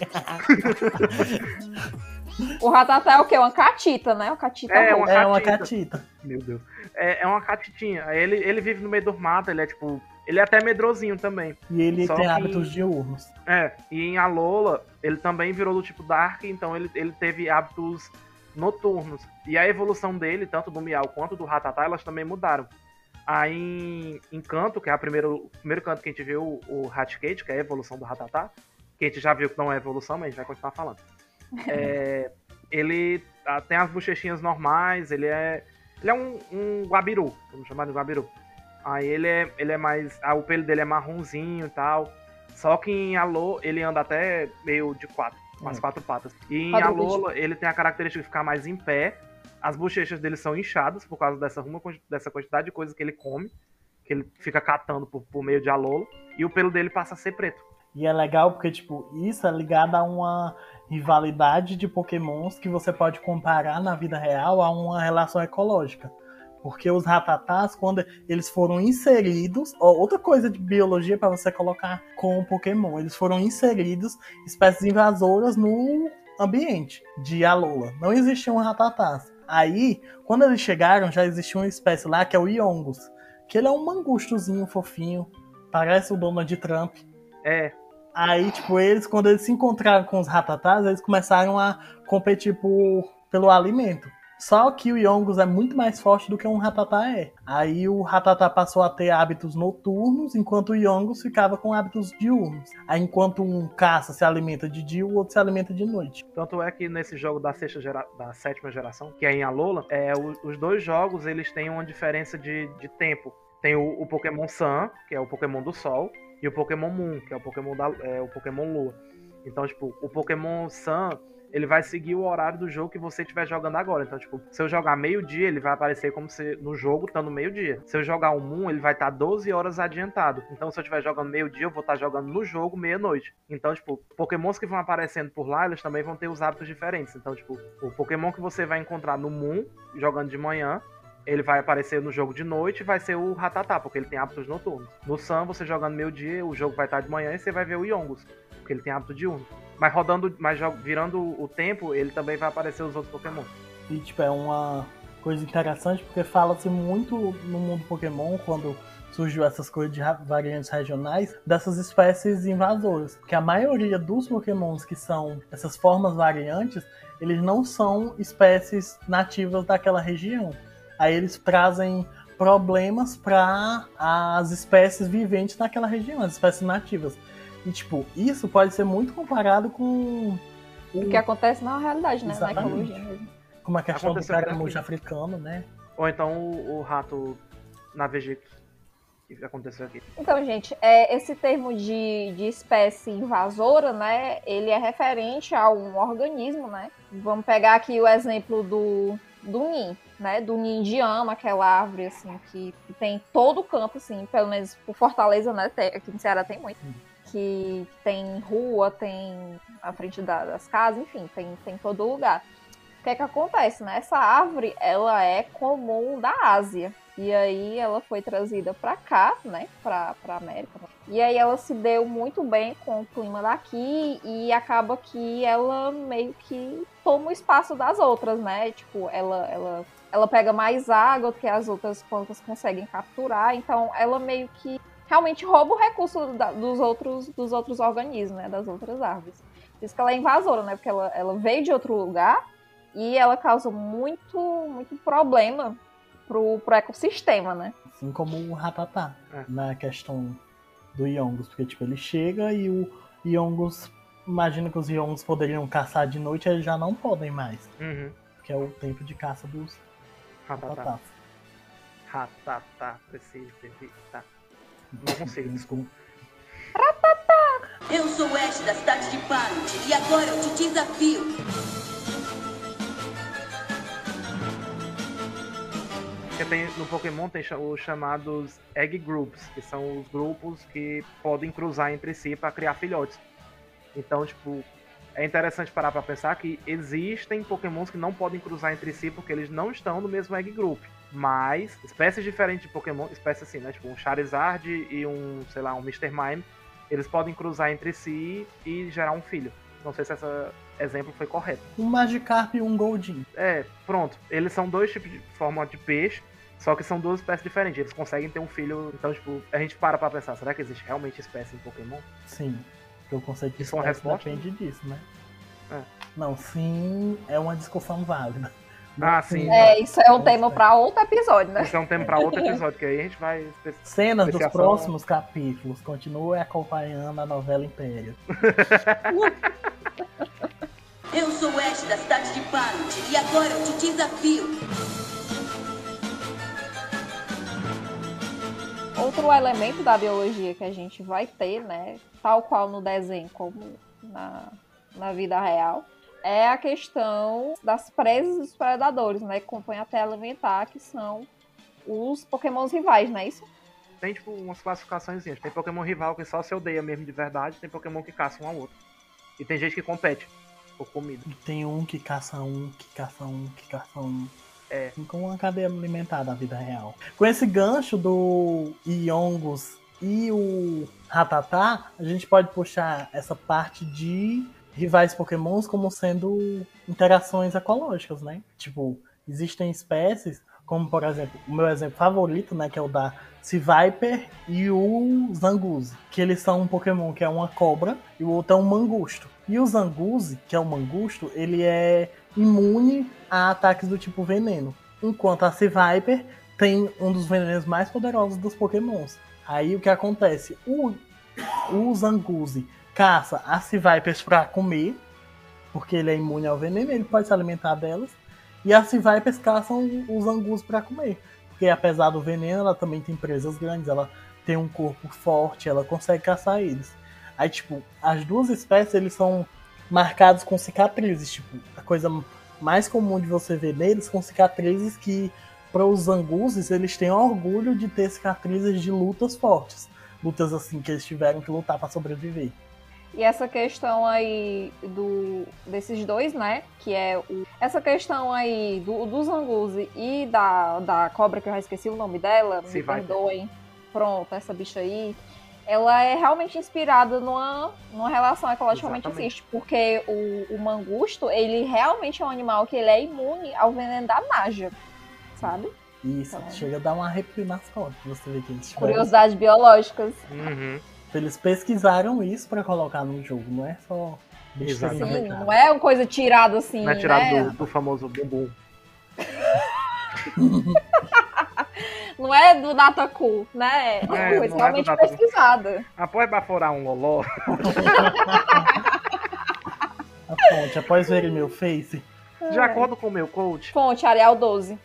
O ratatá é o quê? Uma catita, né? Uma catita É, roxa. uma É uma catita. catita. Meu Deus. É, é uma catitinha. Ele, ele vive no meio do mato, ele é tipo. Ele é até medrosinho também. E ele Só tem que- hábitos diurnos. É, e em Alola, ele também virou do tipo Dark, então ele, ele teve hábitos noturnos. E a evolução dele, tanto do Miau quanto do Ratatá, elas também mudaram. Aí em, em Canto, que é a primeiro, o primeiro canto que a gente viu, o, o Raticate, que é a evolução do Ratatá, que a gente já viu que não é evolução, mas a gente vai continuar falando. É, ele ah, tem as bochechinhas normais, ele é. Ele é um, um guabiru, vamos chamar de guabiru. Aí ele é, ele é mais. Ah, o pelo dele é marronzinho e tal. Só que em Alô ele anda até meio de quatro, com as Hum. quatro patas. E em Quadrúpede. Alola ele tem a característica de ficar mais em pé. As bochechas dele são inchadas por causa dessa, uma, dessa quantidade de coisa que ele come. Que ele fica catando por, por meio de Alola. E o pelo dele passa a ser preto. E é legal porque, tipo, isso é ligado a uma rivalidade de pokémons que você pode comparar na vida real a uma relação ecológica. Porque os ratatás, quando eles foram inseridos... Ó, outra coisa de biologia para você colocar com o pokémon. Eles foram inseridos, espécies invasoras, no ambiente de Alola. Não existiam ratatás. Aí, quando eles chegaram, já existia uma espécie lá que é o Yongus. Que ele é um mangustozinho fofinho. Parece o Donald Trump. É, Aí, tipo, eles, quando eles se encontraram com os ratatás, eles começaram a competir por, pelo alimento. Só que o Yongus é muito mais forte do que um ratatá é. Aí o ratatá passou a ter hábitos noturnos, enquanto o Yongus ficava com hábitos diurnos. Aí enquanto um caça se alimenta de dia, o outro se alimenta de noite. tanto é que nesse jogo da, sexta gera... da sétima geração, que é em Alola, é, o- os dois jogos eles têm uma diferença de, de tempo. Tem o, o Pokémon Sun, que é o Pokémon do Sol, e o Pokémon Moon, que é o Pokémon, da, é, o Pokémon Lua. Então, tipo, o Pokémon Sun, ele vai seguir o horário do jogo que você estiver jogando agora. Então, tipo, se eu jogar meio-dia, ele vai aparecer como se no jogo tá no meio-dia. Se eu jogar o Moon, ele vai estar doze horas adiantado. Então, se eu estiver jogando meio-dia, eu vou estar jogando no jogo meia-noite. Então, tipo, Pokémons que vão aparecendo por lá, eles também vão ter os hábitos diferentes. Então, tipo, o Pokémon que você vai encontrar no Moon, jogando de manhã, ele vai aparecer no jogo de noite e vai ser o Ratatá, porque ele tem hábitos noturnos. No Sun, você jogando meio-dia, o jogo vai estar de manhã e você vai ver o Yongus, porque ele tem hábito diurno. Mas rodando, mas jo- virando o tempo, ele também vai aparecer os outros Pokémon. E, tipo, é uma coisa interessante porque fala-se muito no mundo Pokémon, quando surgiu essas coisas de ra- variantes regionais, dessas espécies invasoras. Que a maioria dos Pokémons que são essas formas variantes, eles não são espécies nativas daquela região. Aí eles trazem problemas para as espécies viventes daquela região, as espécies nativas. E, tipo, isso pode ser muito comparado com O que acontece na realidade, né? Na Exatamente. ecologia mesmo. como a questão do Aconteceu caramujo aqui. africano, né? Ou então o, o rato Navegito, que aconteceu aqui. Então, gente, é, esse termo de, de espécie invasora, né? Ele é referente a um organismo, né? Vamos pegar aqui o exemplo do, do Nin, né? Do Nin indiano, aquela árvore, assim, que tem todo o campo, assim, pelo menos por Fortaleza, né? Tem, aqui no Ceará tem muito. Que tem rua, tem a frente da- das casas, enfim, tem, tem todo lugar. O que é que acontece, né? Essa árvore, ela é comum da Ásia. E aí ela foi trazida pra cá, né? Pra, pra América. E aí ela se deu muito bem com o clima daqui e acaba que ela meio que toma o espaço das outras, né? Tipo, ela, ela, ela pega mais água do que as outras plantas conseguem capturar. Então ela meio que realmente rouba o recurso da- dos, outros, dos outros organismos, né? Das outras árvores. Por isso que ela é invasora, né? Porque ela, ela veio de outro lugar e ela causa muito, muito problema pro, pro ecossistema, né? Assim como o Ratatá, É. na questão do Yongus. Porque, tipo, ele chega e o Yongus... Imagina que os Yongus poderiam caçar de noite, eles já não podem mais. Uhum. Que é o tempo de caça dos Ratatá. Ratatás. Ratatá, preciso evitar. Não consigo, desculpa. Eu sou o Ash da cidade de Pallet e agora eu te desafio. Porque tem, no Pokémon tem os chamados Egg Groups, que são os grupos que podem cruzar entre si para criar filhotes. Então, tipo, é interessante parar para pensar que existem Pokémons que não podem cruzar entre si porque eles não estão no mesmo Egg Group. Mas espécies diferentes de Pokémon, espécies assim, né? Tipo um Charizard e um, sei lá, um mister Mime, eles podem cruzar entre si e gerar um filho. Não sei se esse exemplo foi correto. Um Magikarp e um Goldeen. É, pronto. Eles são dois tipos de forma de peixe, só que são duas espécies diferentes. Eles conseguem ter um filho. Então, tipo, a gente para pra pensar, será que existe realmente espécie em Pokémon? Sim. Porque o conceito de Isso é uma espécie resposta? depende disso, né? É. Não, sim, é uma discussão válida. Ah, sim. É, isso é um tema pra outro episódio, né? Isso é um tema pra outro episódio, que aí a gente vai... Cenas dos Especiação- próximos capítulos. Continue acompanhando a novela Império. Eu sou o Ash da cidade de Pallet e agora eu te desafio. Outro elemento da biologia que a gente vai ter, né, tal qual no desenho como na, na vida real, é a questão das presas e dos predadores, né, que compõem a teia alimentar, que são os pokémons rivais, não é isso? Tem, tipo, umas classificações. Tem Pokémon rival que só se odeia mesmo de verdade, tem Pokémon que caça um ao outro. E tem gente que compete por comida. Tem um que caça um, que caça um, que caça um. É. Com uma cadeia alimentar da vida real. Com esse gancho do Yongus e o Rattata, a gente pode puxar essa parte de rivais pokémons como sendo interações ecológicas, né? Tipo, existem espécies, como por exemplo, o meu exemplo favorito, né, que é o da Seviper e o Zangoose, que eles são um pokémon que é uma cobra e o outro é um mangusto. E o Zangoose, que é o mangusto, ele é imune a ataques do tipo veneno, enquanto a Seviper tem um dos venenos mais poderosos dos pokémons. Aí o que acontece? O, o Zangoose caça as Sevipers para comer, porque ele é imune ao veneno, ele pode se alimentar delas, e as Sevipers caçam os Zangoose para comer, porque apesar do veneno, ela também tem presas grandes, ela tem um corpo forte, ela consegue caçar eles. Aí, tipo, as duas espécies, eles são marcados com cicatrizes, tipo, a coisa mais comum de você ver neles são cicatrizes que, para os Zangooses, eles têm orgulho de ter cicatrizes de lutas fortes, lutas assim que eles tiveram que lutar para sobreviver. E essa questão aí do, desses dois, né? Que é o, essa questão aí do, do Zangoose e da, da cobra, que eu já esqueci o nome dela, me Seviper. perdoem. Pronto, essa bicha aí. Ela é realmente inspirada numa, numa relação ecologicamente Exatamente. existe. Porque o, o mangusto, ele realmente é um animal que ele é imune ao veneno da Naja, sabe? Isso, Então. chega a dar um arrepio nas costas, você vê que eles tiveram. Curiosidades biológicas. Uhum. Eles pesquisaram isso pra colocar no jogo, não é só besteira Exatamente. Sim, inventada. não é uma coisa tirada assim, Não é tirado né? do, do famoso bumbum. Não é do Dataku, né? É uma É, coisa não é do realmente Dataku. pesquisada. Após baforar um loló, A fonte, após verem meu face, de acordo com o meu coach, Fonte, Arial doze.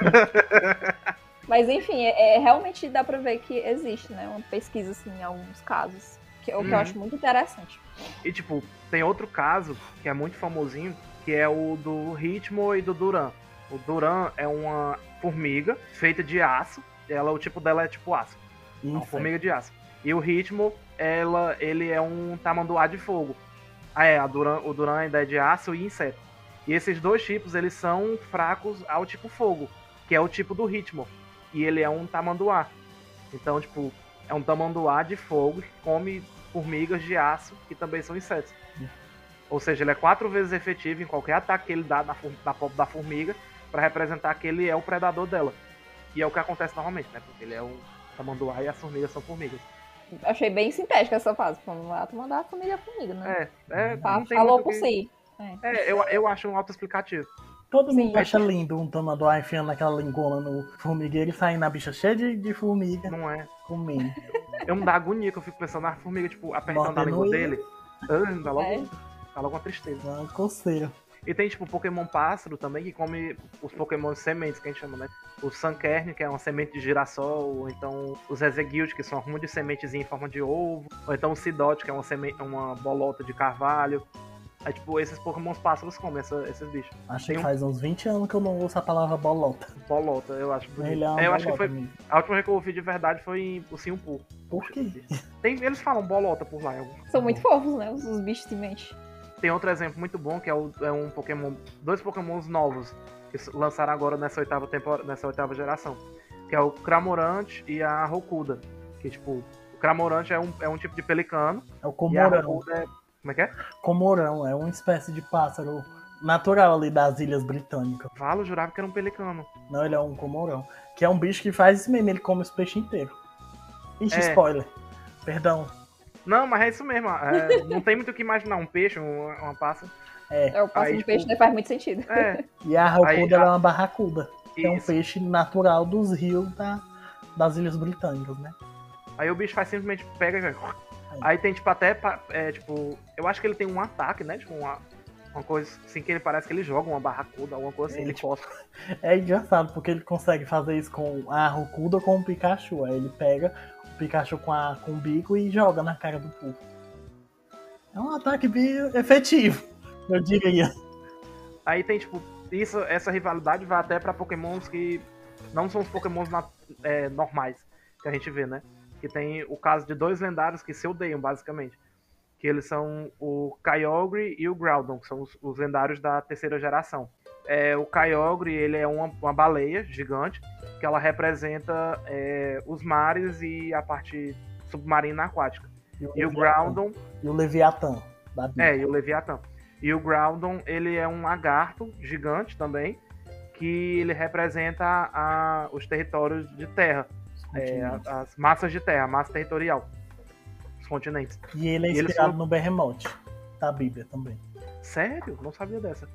Mas enfim, é, é, realmente dá pra ver que existe, né? Uma pesquisa, assim, em alguns casos. Que, o que Uhum. eu acho muito interessante. e tipo, tem outro caso que é muito famosinho, que é o do Ritmo e do Duran. O Duran é uma formiga feita de aço, ela, o tipo dela é tipo aço, é uma inseto. formiga de aço. E o Ritmo, ela, ele é um tamanduá de fogo. Ah, é, a Duran, o Duran ainda é de aço e inseto. E esses dois tipos, eles são fracos ao tipo fogo, que é o tipo do Ritmo. E ele é um tamanduá. Então, tipo, é um tamanduá de fogo que come formigas de aço, que também são insetos. Ou seja, ele é quatro vezes efetivo em qualquer ataque que ele dá na, for- na, po- da formiga, para representar que ele é o predador dela. E é o que acontece normalmente, né? Porque ele é um tamanduá e as formigas são formigas. Achei bem sintética essa fase. Vamos lá, tu mandar a família a formiga, né? É, é Tá, não tem falou muito o por que- si. É, eu, eu acho um auto-explicativo. Todo Sim. mundo acha lindo um tamanduá enfiando aquela lingona no formigueiro e saindo na bicha cheia de, de formiga Não é. comendo. Eu me dá agonia que eu fico pensando na formiga, tipo, apertando a Mordendo língua ele. dele. Ah, dá logo, É. dá logo uma tristeza. Uma coceira. E tem, tipo, Pokémon pássaro também, que come os Pokémon sementes, que a gente chama, né? o Sunkern, que é uma semente de girassol, ou então os Exeguild, que são arrumo de sementezinha em forma de ovo, ou então o Sidot, que é uma, semente, uma bolota de carvalho. Aí, tipo, esses Pokémons pássaros comem essa, esses bichos. Acho que Tem um- faz uns vinte anos que eu não ouço a palavra bolota. Bolota, eu acho bonito. Ele é uma É, eu acho que bolota foi. mesmo. A última vez que eu ouvi de verdade foi em o Simpu. Por quê? Tem, eles falam bolota por lá. eu- São muito fofos, né? Os, os bichos de mente. Tem outro exemplo muito bom, que é, o- é um Pokémon. Dois Pokémons novos que s- lançaram agora nessa oitava, tempor, nessa oitava geração. Que é o Cramorant e a Rokuda. Que, tipo, o Cramorant é um, é um tipo de pelicano. É o E a comorão. Rokuda é. Como é que é? Comorão é uma espécie de pássaro natural ali das Ilhas Britânicas. Valo, eu jurava que era um pelicano. Não, ele é um comorão. Que é um bicho que faz isso mesmo, ele come os peixes inteiros. Ixi, É. spoiler. Perdão. Não, mas é isso mesmo. é, não tem muito o que imaginar. Um peixe, um, uma pássara. É. É o pássaro Aí, do tipo, peixe, né? Faz muito sentido. É, E a Rokuda Aí, ela a- é uma barracuda. Que é um isso. peixe natural dos rios da, das Ilhas Britânicas, né? Aí o bicho faz simplesmente pega e vai. Aí tem, tipo, até. pa- É, tipo. Eu acho que ele tem um ataque, né? Tipo, uma, uma coisa assim que ele parece que ele joga uma barracuda, alguma coisa assim. É, Ele tipo, costa. É engraçado, porque ele consegue fazer isso com a Rokuda ou com o Pikachu. Aí ele pega o Pikachu com, a, com o bico e joga na cara do Poo. É um ataque bem efetivo, eu diria. Aí tem, tipo. Isso, essa rivalidade vai até pra Pokémons que não são os Pokémons na- é, normais que a gente vê, né? Que tem o caso de dois lendários que se odeiam, basicamente. Que eles são o Kyogre e o Groudon, que são os, os lendários da terceira geração. É, o Kyogre, ele é uma, uma baleia gigante, que ela representa é, os mares e a parte submarina aquática. E o Groudon, E o Leviatã. Da Bíblia. é, e o Leviatã. E o Groudon, ele é um lagarto gigante também, que ele representa a- os territórios de terra, é, a- as massas de terra, a massa territorial, os continentes. E ele é e eles inspirado são- no Behemoth, da Bíblia também. Sério? Não sabia dessa.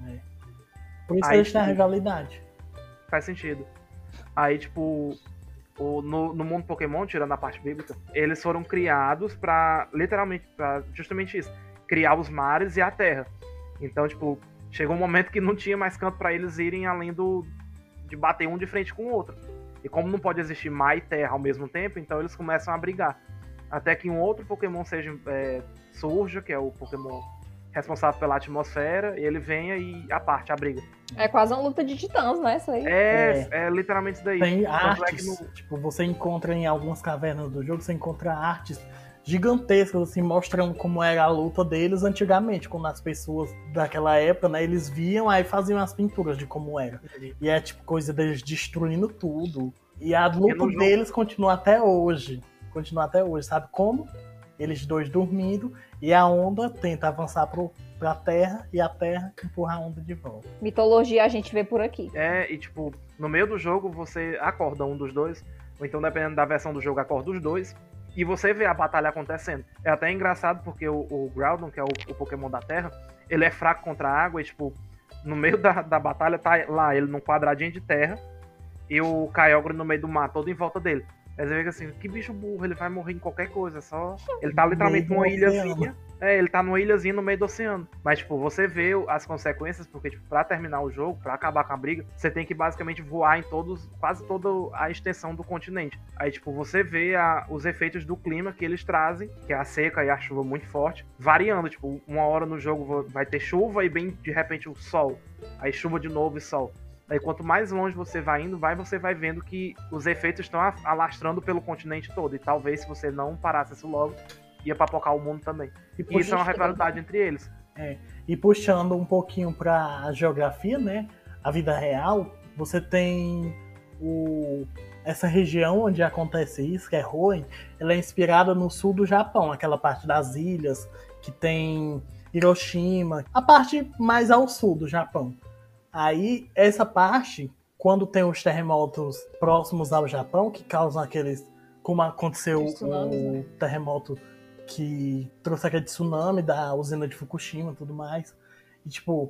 Por isso Aí, eles têm a tipo, rivalidade. Faz sentido. Aí, tipo, o- no, no mundo Pokémon, tirando a parte bíblica, eles foram criados pra, literalmente, pra justamente isso, criar os mares e a terra. Então, tipo, chegou um momento que não tinha mais canto pra eles irem além do de bater um de frente com o outro. E como não pode existir mar e terra ao mesmo tempo, então eles começam a brigar. Até que um outro Pokémon seja, é, surja, que é o Pokémon responsável pela atmosfera, e ele venha e aparte a briga. É quase uma luta de titãs, né? Isso aí. É, é, literalmente isso daí. Tem Tanto é que artes, no- tipo, você encontra em algumas cavernas do jogo, você encontra artes gigantescas, assim, mostrando como era a luta deles antigamente, quando as pessoas daquela época, né, eles viam, aí faziam as pinturas de como era. E é, tipo, coisa deles destruindo tudo. E a luta no jogo- deles continua até hoje. Continua até hoje, sabe como? Eles dois dormindo, e a onda tenta avançar pro, pra terra, e a terra empurra a onda de volta. Mitologia a gente vê por aqui. É, e tipo, no meio do jogo você acorda um dos dois, ou então dependendo da versão do jogo, acorda os dois, e você vê a batalha acontecendo. É até engraçado porque o, o Groudon, que é o, o Pokémon da Terra, ele é fraco contra a água, e tipo, no meio da, da batalha tá lá ele num quadradinho de terra, e o Kyogre no meio do mar, todo em volta dele. Aí você vê que assim, que bicho burro, ele vai morrer em qualquer coisa, só... Ele tá literalmente No numa meio do ilhazinha. É, ele tá numa ilhazinha no meio do oceano. Mas, tipo, você vê as consequências, porque, tipo, pra terminar o jogo, pra acabar com a briga, você tem que basicamente voar em todos, quase toda a extensão do continente. Aí, tipo, você vê a, os efeitos do clima que eles trazem, que é a seca e a chuva muito forte, variando. Tipo, uma hora no jogo vai ter chuva e bem, de repente, o sol. Aí chuva de novo e sol. Aí quanto mais longe você vai indo, vai você vai vendo que os efeitos estão a- alastrando pelo continente todo. E talvez se você não parasse isso logo, ia papocar o mundo também. E E isso é uma Puxa, rivalidade entre eles. E puxando um pouquinho para a geografia, né? A vida real, você tem o, essa região onde acontece isso, que é Hoenn, ela é inspirada no sul do Japão, aquela parte das ilhas que tem Hiroshima, a parte mais ao sul do Japão. Aí, essa parte, quando tem os terremotos próximos ao Japão, que causam aqueles, como aconteceu Os tsunamis, o né? terremoto que trouxe aquele tsunami da usina de Fukushima e tudo mais. E, tipo,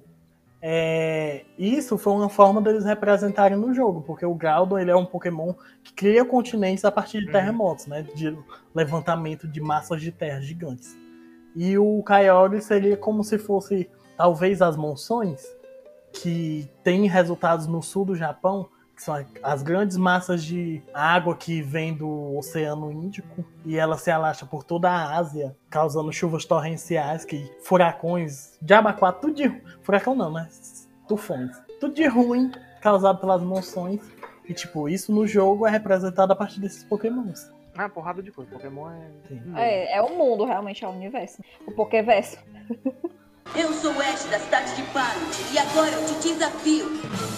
é, isso foi uma forma deles representarem no jogo, porque o Groudon, ele é um Pokémon que cria continentes a partir de Uhum. terremotos, né? De levantamento de massas de terra gigantes. E o Kyogre seria como se fosse, talvez, as monções, que tem resultados no sul do Japão, que são as grandes massas de água que vêm do Oceano Índico, e ela se alastra por toda a Ásia, causando chuvas torrenciais, que furacões, diabo quatro, tudo de... Furacão não, né? Tufões. Tudo de ruim causado pelas monções. E, tipo, isso no jogo é representado a partir desses pokémons. Ah, porrada de coisa. Pokémon é... Sim. É, é o mundo, realmente, é o universo. O Pokéverso. Eu sou o Ash da cidade de Pallet e agora eu te desafio.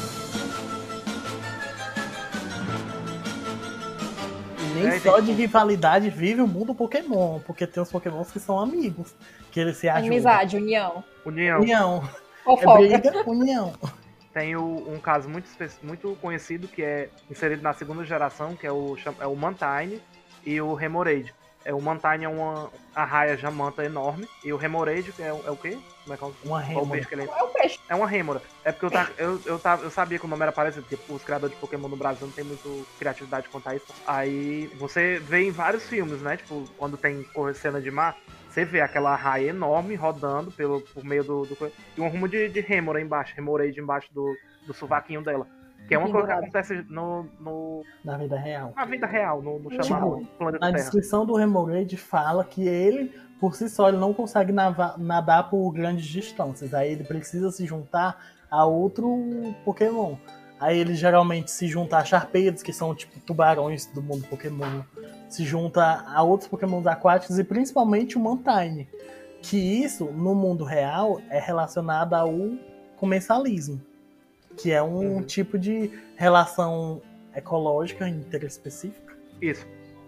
E nem É, só gente. de rivalidade vive o mundo Pokémon, porque tem os Pokémons que são amigos, que eles se ajudam. Amizade, união. União. União. É Fofoca. briga, união. Tem o- um caso muito, espe- muito conhecido que é inserido na segunda geração, que é o, cham- é o Mantine e o Remoraid. É, o Mantine é uma arraia jamanta enorme, e o Remoraid é, o- é o quê? Como é que é o, Uma qual o rêmora. peixe que ele é? É o peixe. É uma rêmora. É porque eu, tá, eu, eu, tava, eu sabia que o nome era parecido, porque os criadores de Pokémon no Brasil não tem muito criatividade quanto a isso. Aí você vê em vários filmes, né? Tipo, quando tem cor- cena de mar, você vê aquela raia enorme rodando pelo, por meio do. do co- e um rumo de, de rêmora embaixo, Remoraid embaixo do, do sovaquinho dela. Que é uma coisa que Pendurado. acontece no, no, Na vida real. na vida real, no, no Tipo, chamado planeta Na Terra. descrição do Remoraid fala que ele, por si só, ele não consegue nava- nadar por grandes distâncias. Aí ele precisa se juntar a outro Pokémon. Aí ele geralmente se junta a Sharpeidos, que são tipo tubarões do mundo Pokémon. Se junta a outros Pokémons aquáticos e principalmente o Mantine. Que isso, no mundo real, é relacionado ao comensalismo. Que é um Uhum. tipo de relação ecológica interespecífica. Isso.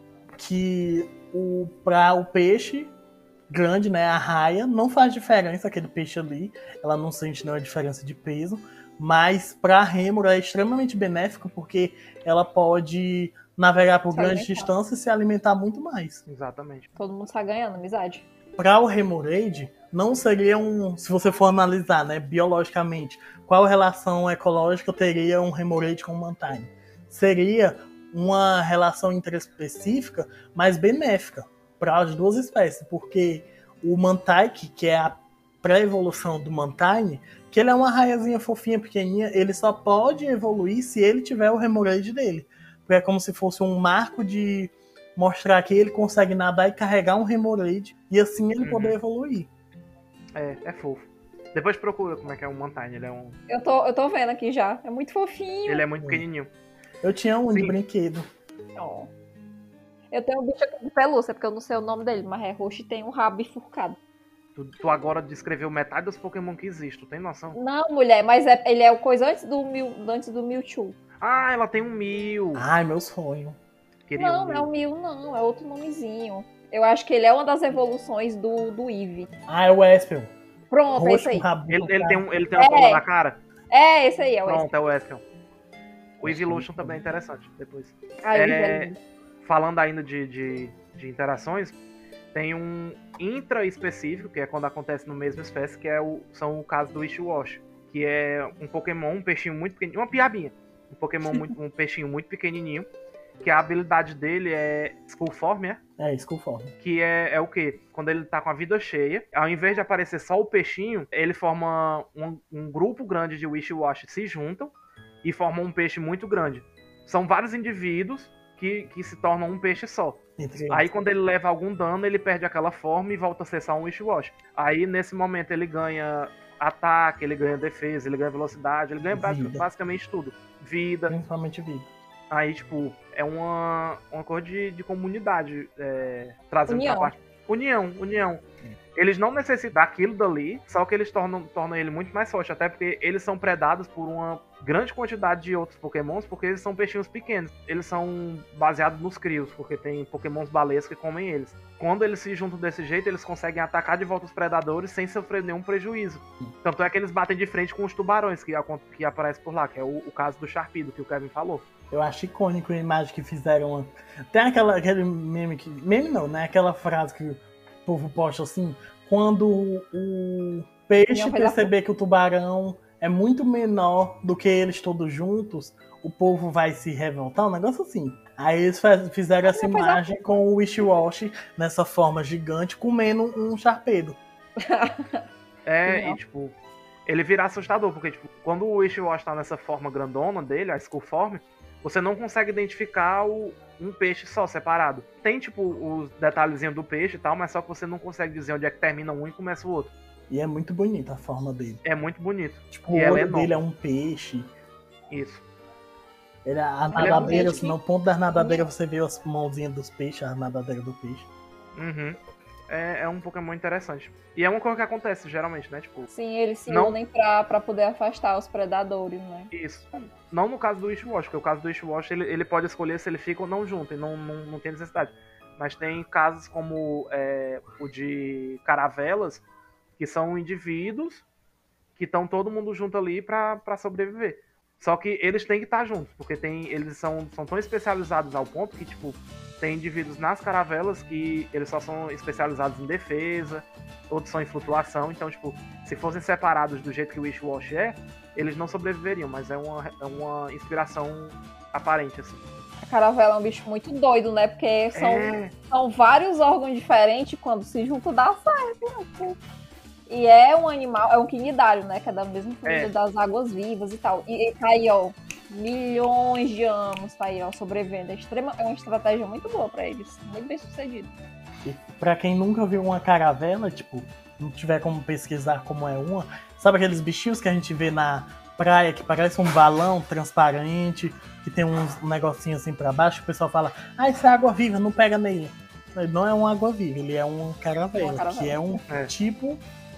Que o, para o peixe grande, né, a raia, não faz diferença aquele peixe ali, ela não sente nenhuma diferença de peso, mas para a rêmora é extremamente benéfico porque ela pode navegar por Se grandes alimentar. distâncias e se alimentar muito mais. Exatamente. Todo mundo está ganhando, amizade. Para o Remoraid, não seria um, se você for analisar, né, biologicamente, qual relação ecológica teria um Remoraid com um Mantine? Seria uma relação interespecífica, mas benéfica para as duas espécies, porque o Mantike, que é a pré-evolução do Mantine, que ele é uma raiazinha fofinha, pequenininha, ele só pode evoluir se ele tiver o Remoraid dele. Porque é como se fosse um marco de mostrar que ele consegue nadar e carregar um Remoraid, e assim ele Uhum. poder evoluir. É, é fofo. Depois procura como é que é um Mantine. Ele é um. Eu tô, eu tô vendo aqui já. É muito fofinho. Ele é muito pequenininho. Eu tinha um de Sim. brinquedo. Ó. Eu tenho um bicho aqui de pelúcia, porque eu não sei o nome dele, mas é roxo e tem um rabo bifurcado. Tu, tu agora descreveu metade dos Pokémon que existem, tu tem noção? Não, mulher, mas é, ele é o coisa antes do, Mew, antes do Mewtwo. Ah, ela tem um Mil. Ai, meu sonho. Queria Não, um não é o Mil. Mew, não. É outro nomezinho. Eu acho que ele é uma das evoluções do, do Eevee. Ah, é o Espel. Pronto, é Roxo esse com aí. rabo. Ele, ele tem, um, ele tem uma É. cola na cara? É, esse aí, é o esse. Pronto, é o Espion. O Evolution também é interessante, depois. Ah, o É, Eevee é lindo. Falando ainda de, de, de interações, tem um intra específico, que é quando acontece no mesmo espécie, que é o, são o caso do Wishiwashi, que é um Pokémon, um peixinho muito pequenininho, uma piabinha. Um Pokémon, muito, um peixinho muito pequenininho, que a habilidade dele é Skull Form, é? É, isso conforme. Que é, é o quê? Quando ele tá com a vida cheia, ao invés de aparecer só o peixinho, ele forma um, um grupo grande de Wishiwashi se juntam e formam um peixe muito grande. São vários indivíduos que, que se tornam um peixe só. Entre Aí quando ele leva algum dano, ele perde aquela forma e volta a ser só um Wishiwashi. Aí nesse momento ele ganha ataque, ele ganha defesa, ele ganha velocidade, ele ganha basic- Vida. basicamente tudo. Vida. principalmente vida. Aí, tipo, é uma, uma coisa de, de comunidade, é, trazendo União. pra parte. União, união. Eles não necessitam daquilo dali, só que eles tornam, tornam ele muito mais forte, até porque eles são predados por uma grande quantidade de outros pokémons, porque eles são peixinhos pequenos. Eles são baseados nos crios, porque tem pokémons baleias que comem eles. Quando eles se juntam desse jeito, eles conseguem atacar de volta os predadores sem sofrer nenhum prejuízo. Tanto é que eles batem de frente com os tubarões que, acon- que aparecem por lá, que é o, o caso do Sharpedo, que o Kevin falou. Eu acho icônico a imagem que fizeram. Tem aquela, aquele meme que. Meme não, né? Aquela frase que o povo posta assim. Quando o peixe Não, faz a perceber que o tubarão é muito menor do que eles todos juntos, o povo vai se revoltar, um negócio assim. Aí eles faz- fizeram essa Não, faz a- imagem com o Wishiwashi nessa forma gigante comendo um Sharpedo. É, Legal. e tipo, ele vira assustador, porque tipo, quando o Wishiwashi tá nessa forma grandona dele, a Skull Form, você não consegue identificar o, um peixe só, separado. Tem, tipo, os detalhezinhos do peixe e tal, mas só que você não consegue dizer onde é que termina um e começa o outro. E é muito bonita a forma dele. É muito bonito. Tipo, e o ela olho é dele é enorme. um peixe. Isso. Ele, a Ele é nadadeira, um assim, peixe. no ponto das nadadeiras você vê as mãozinhas dos peixes, a nadadeira do peixe. Uhum. É, é um Pokémon interessante. E é uma coisa que acontece, geralmente, né? Tipo, Sim, eles se Não. unem pra, pra poder afastar os predadores, né? isso. Não no caso do Wishiwashi, porque o caso do Wishiwashi, ele, ele pode escolher se ele fica ou não junto, e não, não, não tem necessidade. Mas tem casos como é, o de Caravelas, que são indivíduos que estão todo mundo junto ali pra, pra sobreviver. Só que eles têm que estar juntos, porque tem, eles são, são tão especializados ao ponto que, tipo, tem indivíduos nas caravelas que eles só são especializados em defesa, outros são em flutuação, então, tipo, se fossem separados do jeito que o Wishiwashi é, eles não sobreviveriam, mas é uma, é uma inspiração aparente, assim. A caravela é um bicho muito doido, né? Porque são, É, são vários órgãos diferentes, quando se juntam dá certo. Né? E é um animal, é um quinidário, né? Que é da mesma família É. das águas vivas e tal. E, e tá aí, ó, milhões de anos, tá aí, ó, sobrevivendo. É, extrema, é uma estratégia muito boa pra eles, muito bem sucedida. E pra quem nunca viu uma caravela, tipo, não tiver como pesquisar como é uma, sabe aqueles bichinhos que a gente vê na praia que parece um balão transparente, que tem uns negocinhos assim pra baixo, que o pessoal fala, ah, isso é água viva, não pega nele. Ele não é uma água viva, ele é uma caravela, Uma caravela. que é um É. tipo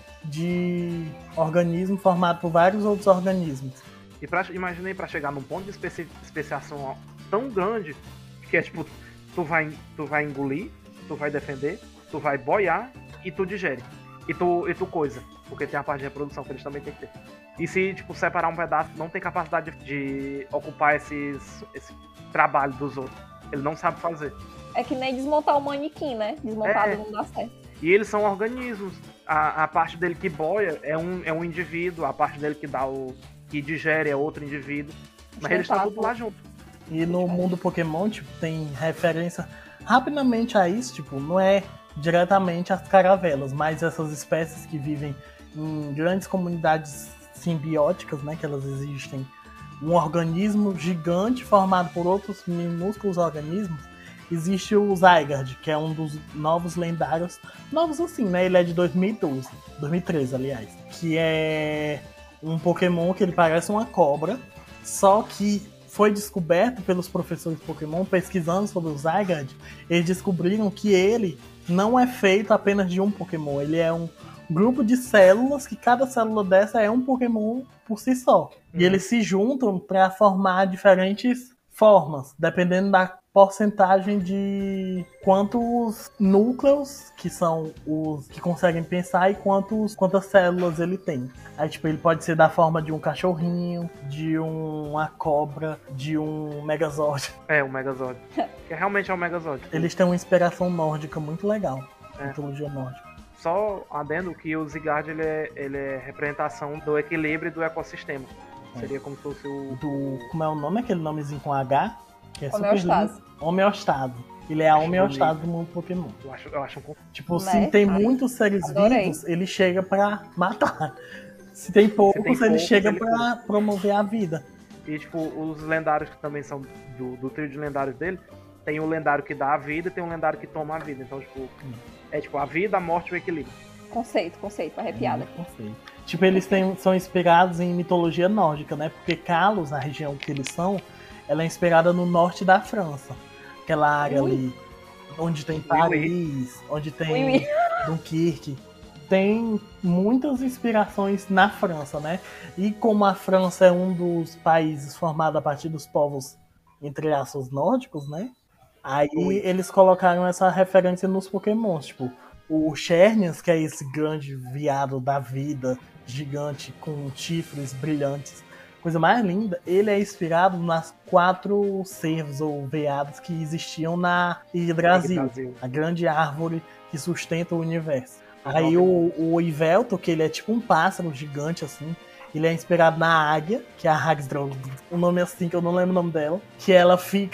de organismo formado por vários outros organismos. e pra, imaginei pra chegar num ponto de especi, especiação tão grande, que é tipo, tu vai, tu vai engolir, tu vai defender, tu vai boiar e tu digere. E tu, e tu coisa, porque tem a parte de reprodução que eles também têm que ter. E se, tipo, separar um pedaço, não tem capacidade de, de ocupar esses, esse trabalho dos outros. Ele não sabe fazer. É que nem desmontar o manequim, né? Desmontado É. não dá certo. E eles são organismos. A, a parte dele que boia é um, é um indivíduo, a parte dele que dá o. que digere é outro indivíduo. Mas eles estão tudo lá junto. E no mundo Pokémon, tipo, tem referência rapidamente a isso, tipo, não é diretamente as caravelas, mas essas espécies que vivem em grandes comunidades simbióticas, né, que elas existem, um organismo gigante formado por outros minúsculos organismos. Existe o Zygarde, que é um dos novos lendários, novos assim, né, ele é de dois mil e doze, dois mil e treze, aliás, que é um Pokémon que ele parece uma cobra, só que foi descoberto pelos professores Pokémon pesquisando sobre o Zygarde. Eles descobriram que ele não é feito apenas de um Pokémon, ele é um grupo de células que cada célula dessa é um Pokémon por si só. E Hum. eles se juntam para formar diferentes formas, dependendo da porcentagem de quantos núcleos, que são os que conseguem pensar, e quantos, quantas células ele tem. Aí, tipo, ele pode ser da forma de um cachorrinho, de uma cobra, de um Megazord. É, o Megazord. Que realmente é o Megazord. Eles têm uma inspiração nórdica muito legal, É. mitologia nórdica. Só adendo que o Zygarde ele é, ele é representação do equilíbrio do ecossistema. Seria como se fosse o. Do, como é o nome? Aquele nomezinho com H? Que é super Homeostase. lindo. Homeostase. Ele é a Acho homeostase do mundo Pokémon. Eu acho, eu acho um. Tipo, Né? se tem Ai, muitos seres adorei. vivos, ele chega pra matar. Se tem poucos, tem ele poucos, chega ele pra promover a vida. E tipo, os lendários que também são do, do trio de lendários dele, tem o lendário que dá a vida e tem um lendário que toma a vida. Então, tipo, é tipo a vida, a morte e o equilíbrio. Conceito, conceito, arrepiada. Muito perfeito. Tipo, eles têm, são inspirados em mitologia nórdica, né? Porque Kalos, a região que eles são, ela é inspirada no norte da França. Aquela área Ui. ali, onde tem Ui, Paris, onde tem Ui, ui. Dunkirk. Tem muitas inspirações na França, né? E como a França é um dos países formado a partir dos povos, entre aspas, nórdicos, né? Aí Ui. eles colocaram essa referência nos Pokémons, tipo, o Xerneas, que é esse grande viado da vida, gigante, com chifres brilhantes, coisa mais linda, ele é inspirado nas quatro cervos ou veados que existiam na Yggdrasil, Brasil. a grande árvore que sustenta o universo. Aí o, o Yveltal, que ele é tipo um pássaro gigante assim, ele é inspirado na águia, que é a Hagsdraw, um nome assim que eu não lembro o nome dela, que ela fica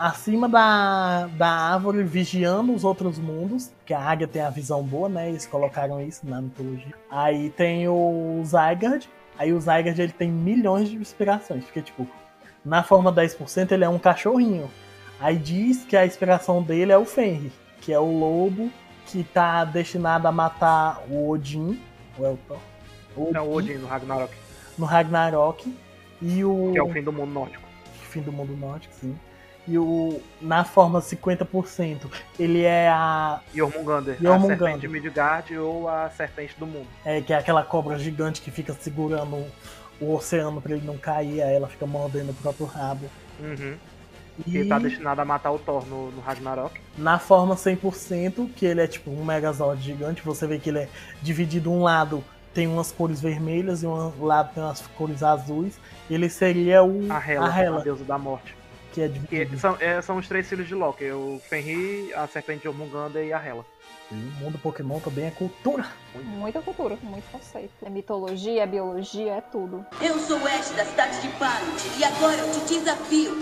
acima da, da árvore, vigiando os outros mundos. Que a águia tem a visão boa, né? Eles colocaram isso na mitologia. Aí tem o Zygarde. Aí o Zygarde, ele tem milhões de inspirações. Porque, tipo, na forma dez por cento, ele é um cachorrinho. Aí diz que a inspiração dele é o Fenrir, que é o lobo que tá destinado a matar o Odin. O Elthor. É o Odin no Ragnarok. No Ragnarok. E o... Que é o fim do mundo nórdico. Fim do mundo nórdico, sim. E o, na forma cinquenta por cento, ele é a... Jormungandr, Jormungandr. a serpente de Midgard ou a serpente do mundo. É, que é aquela cobra gigante que fica segurando o, o oceano pra ele não cair, aí ela fica mordendo o próprio rabo. Uhum. E ele tá destinado a matar o Thor no, no Ragnarok. Na forma cem por cento, que ele é tipo um Megazord gigante, você vê que ele é dividido, um lado tem umas cores vermelhas e um lado tem umas cores azuis. Ele seria o a Hela, a, Hela, a deusa da morte. Que é dividido. Que são, é, são os três filhos de Loki, o Fenrir, a serpente de Jormungandr e a Hela. O mundo Pokémon também é cultura. Muita cultura, muito conceito. É mitologia, é biologia, é tudo. Eu sou o Ash da cidade de Pallet e agora eu te desafio.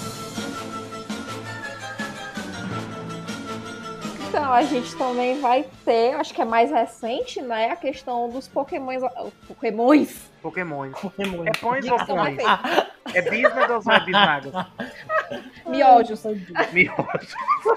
Então, a gente também vai ter, acho que é mais recente, né, a questão dos pokémons... Pokémons! Pokémons. Pokémon. É pões ou Dicção pões? perfeita. É bisnagas ou é bisnagas? Miojos. Miojos.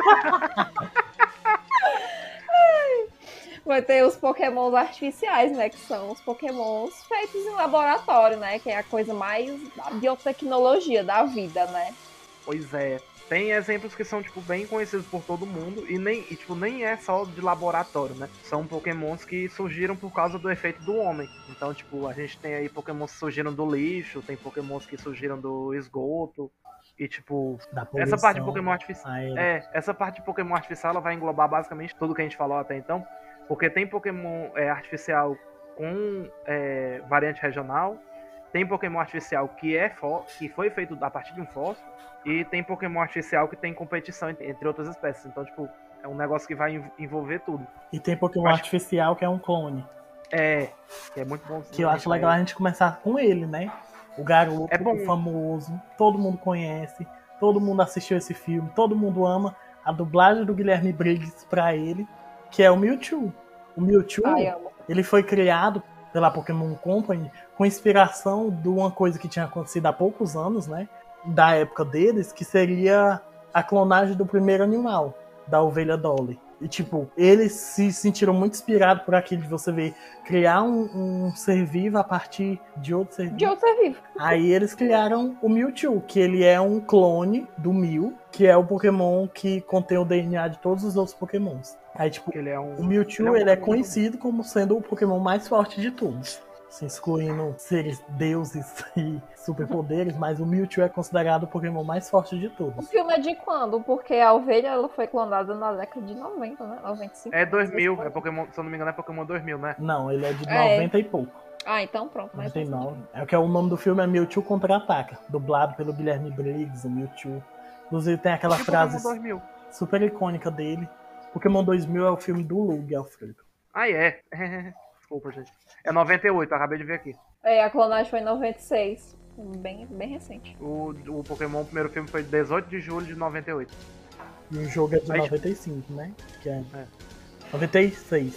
Vai ter os pokémons artificiais, né, que são os pokémons feitos em laboratório, né, que é a coisa mais da biotecnologia da vida, né. Pois é. Tem exemplos que são, tipo, bem conhecidos por todo mundo e nem, e, tipo, nem é só de laboratório, né? São pokémons que surgiram por causa do efeito do homem. Então, tipo, a gente tem aí pokémons que surgiram do lixo, tem pokémons que surgiram do esgoto. E, tipo, essa parte de Pokémon artificial... É, essa parte de Pokémon artificial, ela vai englobar basicamente tudo que a gente falou até então. Porque tem Pokémon é, artificial com é, variante regional, tem Pokémon artificial que, é que foi feito a partir de um fóssil, e tem Pokémon artificial que tem competição entre outras espécies. Então, tipo, é um negócio que vai envolver tudo. E tem Pokémon acho... artificial que é um clone. É, que é muito bom. Que eu acho legal a gente começar com ele, né? O garoto, é bom. O famoso, todo mundo conhece, todo mundo assistiu esse filme, todo mundo ama a dublagem do Guilherme Briggs pra ele, que é o Mewtwo. O Mewtwo, Ai, ele foi criado pela Pokémon Company com inspiração de uma coisa que tinha acontecido há poucos anos, né? Da época deles, que seria a clonagem do primeiro animal, da ovelha Dolly. E, tipo, eles se sentiram muito inspirados por aquilo de você ver criar um, um ser vivo a partir de outro ser vivo. De outro ser vivo. Aí eles criaram o Mewtwo, que ele é um clone do Mew, que é o Pokémon que contém o D N A de todos os outros Pokémons. Aí, tipo, ele é um, o Mewtwo ele é, um ele é conhecido como sendo o Pokémon mais forte de todos. Assim, excluindo seres deuses e superpoderes, mas o Mewtwo é considerado o Pokémon mais forte de todos. O filme é de quando? Porque a ovelha ela foi clonada na década de noventa, né? noventa e cinco. É dois mil, é Pokémon, se eu não me engano é Pokémon dois mil, né? Não, ele é de é. noventa e pouco. Ah, então pronto. noventa e nove. É o que é o nome do filme é Mewtwo Contra-Ataca, dublado pelo Guilherme Briggs, o Mewtwo. Inclusive tem aquela e frase super icônica dele. Pokémon dois mil é o filme do Lug Alfredo. Ah, é? Desculpa, gente. É noventa e oito, acabei de ver aqui. É, a clonagem foi em noventa e seis. Bem, bem recente. O, o Pokémon, o primeiro filme foi dezoito de julho de noventa e oito. E o jogo é de Aí, noventa e cinco, né? Que é, é noventa e seis.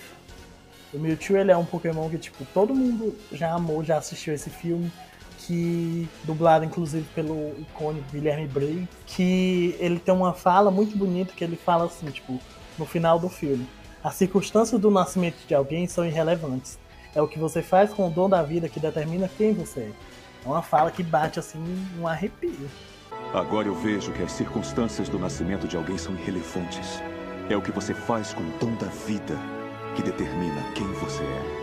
O Mewtwo, ele é um Pokémon que, tipo, todo mundo já amou, já assistiu esse filme. Que, dublado, inclusive, pelo icônico Guilherme Briggs. Que ele tem uma fala muito bonita, que ele fala assim, tipo, no final do filme. As circunstâncias do nascimento de alguém são irrelevantes. É o que você faz com o dom da vida que determina quem você é. É uma fala que bate assim um arrepio. Agora eu vejo que as circunstâncias do nascimento de alguém são irrelevantes. É o que você faz com o dom da vida que determina quem você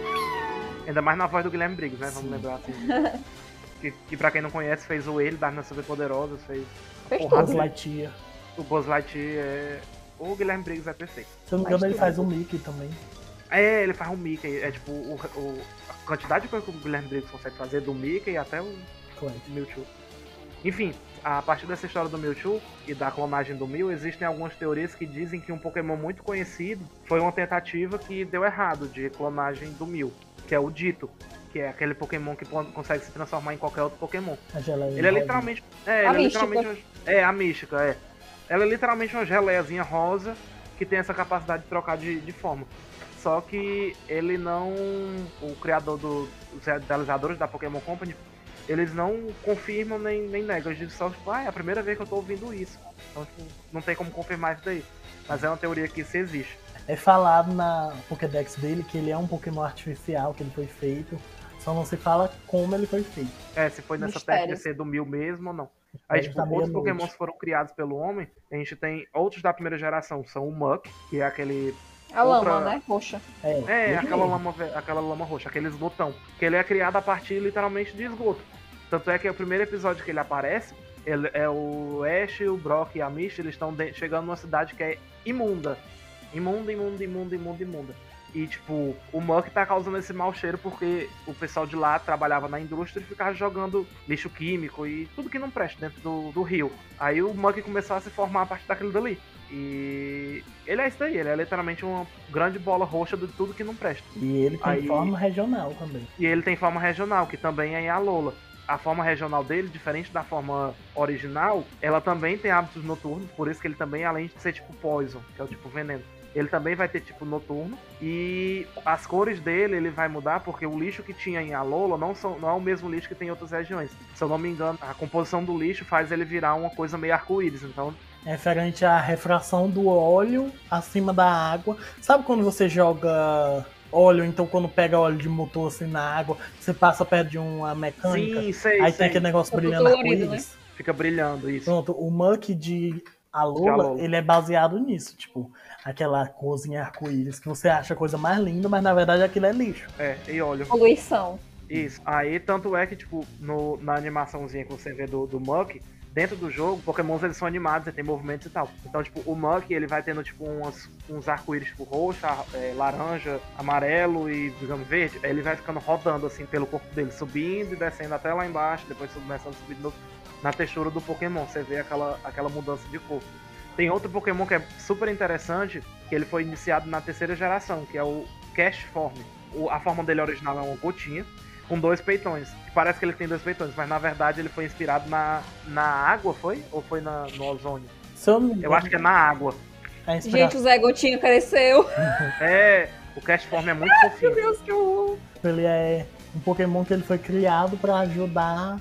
é. Ainda mais na voz do Guilherme Briggs, né? Vamos lembrar assim. que, que pra quem não conhece, fez o ele das Meninas Superpoderosas, fez... Fez o Buzz Lightyear. O Buzz Lightyear é... O Guilherme Briggs é perfeito. Se eu não me engano, ele faz o Mickey também. É, ele faz um Mickey. É tipo, o, o, a quantidade de coisa que o Guilherme Briggs consegue fazer do Mickey até o, claro. o Mewtwo. Enfim, a partir dessa história do Mewtwo e da clonagem do Mew, existem algumas teorias que dizem que um Pokémon muito conhecido foi uma tentativa que deu errado de clonagem do Mew, que é o Ditto, que é aquele Pokémon que consegue se transformar em qualquer outro Pokémon. Ele é literalmente... É, a ele é mística. literalmente... É, a mística, é. Ela é literalmente uma geleiazinha rosa que tem essa capacidade de trocar de, de forma. Só que ele não... O criador do, dos idealizadores da Pokémon Company, eles não confirmam nem, nem negam. Eles dizem só, tipo, ah, é a primeira vez que eu tô ouvindo isso. Então, tipo, não tem como confirmar isso daí. Mas é uma teoria que isso existe. É falado na Pokédex dele que ele é um Pokémon artificial, que ele foi feito. Só não se fala como ele foi feito. É, se foi nessa Mistério. T F C do mil mesmo ou não. Aí, tipo, Tá outros meia-noite. Pokémons foram criados pelo homem. A gente tem outros da primeira geração. São o Muk, que é aquele... A outra- lama, né? Roxa. É, É, ele aquela mesmo. lama, ve- aquela lama roxa, aquele esgotão. Que ele é criado a partir, literalmente, de esgoto. Tanto é que o primeiro episódio que ele aparece, ele é o Ash, o Brock e a Misty, eles estão de- chegando numa cidade que é imunda. Imunda, imunda, imunda, imunda, imunda. E, tipo, o Muk tá causando esse mau cheiro porque o pessoal de lá trabalhava na indústria e ficava jogando lixo químico e tudo que não presta dentro do, do rio. Aí o Muk começou a se formar a partir daquilo dali. E ele é isso daí, ele é literalmente uma grande bola roxa de tudo que não presta. E ele tem Aí- forma regional também. E ele tem forma regional, que também é em Alola. A forma regional dele, diferente da forma original, ela também tem hábitos noturnos, por isso que ele também, além de ser tipo Poison, que é o tipo veneno, ele também vai ter tipo noturno. E as cores dele, ele vai mudar, porque o lixo que tinha em Alola não, são, não é o mesmo lixo que tem em outras regiões. Se eu não me engano, a composição do lixo faz ele virar uma coisa meio arco-íris, então... É referente à refração do óleo acima da água. Sabe quando você joga óleo, então quando pega óleo de motor assim na água, você passa perto de uma mecânica, Sim, sei, aí sei. tem aquele negócio Tá tudo brilhando colorido, arco-íris? Fica brilhando, isso. Pronto, o Muk de Alola, Alola. ele é baseado nisso, tipo, aquela corzinha arco-íris que você acha a coisa mais linda, mas na verdade aquilo é lixo. É, e óleo. Poluição. Isso. Aí, tanto é que, tipo, no, na animaçãozinha que você vê do, do Muk, dentro do jogo, Pokémons eles são animados, eles têm movimentos e tal. Então, tipo, o Muk, ele vai tendo, tipo, umas, uns arco-íris, tipo, roxo, a- é, laranja, amarelo e, digamos, verde. Aí ele vai ficando rodando, assim, pelo corpo dele, subindo e descendo até lá embaixo, depois começando a subir de novo. Na textura do Pokémon, você vê aquela, aquela mudança de cor. Tem outro Pokémon que é super interessante, que ele foi iniciado na terceira geração, que é o Castform. O, a forma dele original é uma gotinha, com dois peitões. Parece que ele tem dois peitões, mas na verdade ele foi inspirado na, na água, foi? Ou foi na, no ozônio? Se eu não me Eu engano, acho que é na água. a Gente, inspiração o Zé Gotinha cresceu. É, o Castform é muito Meu fofinho. Deus, que horror. ele é um Pokémon que ele foi criado pra ajudar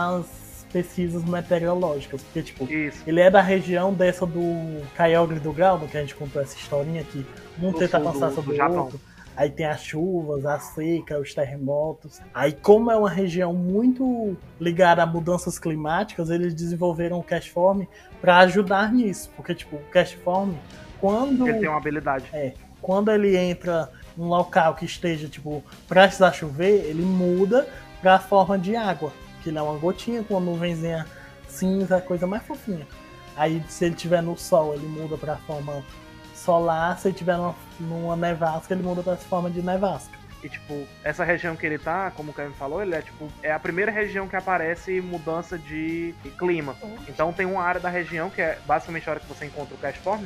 nas pesquisas meteorológicas, porque tipo, Isso. ele é da região dessa do Kyogre e do Groudon, que a gente contou essa historinha aqui, um Do tenta sul passar do- sobre do o Japão. outro. Aí tem as chuvas, a seca, os terremotos. Aí, como é uma região muito ligada a mudanças climáticas, eles desenvolveram o Castform para ajudar nisso. Porque, tipo, o Castform, quando, Ele tem uma habilidade. quando ele entra num local que esteja, tipo, prestes a chover, ele muda para a forma de água. Que ele é uma gotinha com uma nuvenzinha cinza, coisa mais fofinha. Aí, se ele estiver no sol, ele muda para a forma solar. Se ele estiver numa, numa nevasca, ele muda para a forma de nevasca. E, tipo, essa região que ele tá, como o Kevin falou, ele é, tipo, é a primeira região que aparece mudança de clima. Então tem uma área da região, que é basicamente a hora que você encontra o Castform,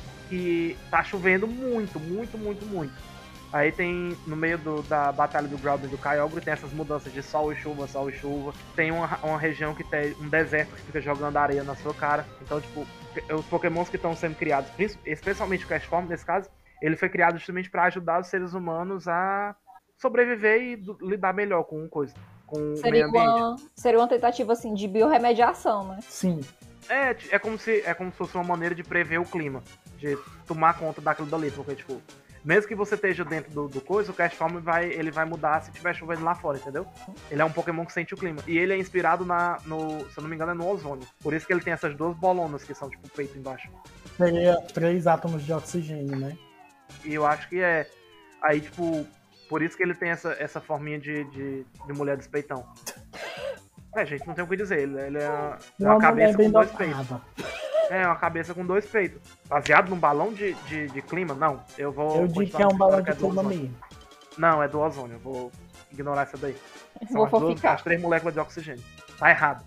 que tá chovendo muito, muito, muito, muito. Aí tem, no meio do, da batalha do Groudon e do Kyogre, tem essas mudanças de sol e chuva, sol e chuva. Tem uma, uma região que tem um deserto que fica jogando areia na sua cara. Então, tipo, os Pokémons que estão sendo criados, especialmente o Castform, nesse caso, ele foi criado justamente para ajudar os seres humanos a sobreviver e do- lidar melhor com coisa, com o meio Seria ambiente. uma, seria uma tentativa, assim, de biorremediação, né? Sim, É, t- é como se é como se fosse uma maneira de prever o clima, de tomar conta daquilo dali, porque tipo, mesmo que você esteja dentro do, do coisa, o Castform vai, ele vai mudar se tiver chovendo lá fora, entendeu? Ele é um Pokémon que sente o clima. E ele é inspirado na, no, se eu não me engano, é no ozônio. Por isso que ele tem essas duas bolonas que são tipo o peito embaixo. seria três átomos de oxigênio, né? E eu acho que é. Aí, tipo, por isso que ele tem essa, essa forminha de, de, de mulher dos peitão. É, gente, não tem o que dizer. Ele, ele é, é uma Uma mulher cabeça bem com dois peitos. dotada. É, uma cabeça com dois peitos. Baseado num balão de, de, de clima? Não. Eu vou. Eu digo que continuar é um com balão a de história que é do clima ozônio. mesmo. Não, é do ozônio. Eu vou ignorar essa daí. São Vou as, duas, foficar. as três moléculas de oxigênio. Tá errado.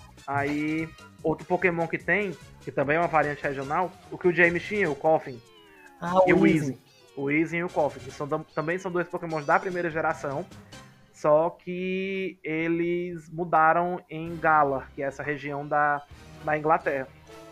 Aí, outro Pokémon que tem, que também é uma variante regional, o que o James tinha, o Coffin. Ah, E o o Easy. Easy. O Easy e o Coffin, que são, também são dois Pokémon da primeira geração, só que eles mudaram em Galar, que é essa região da, da Inglaterra.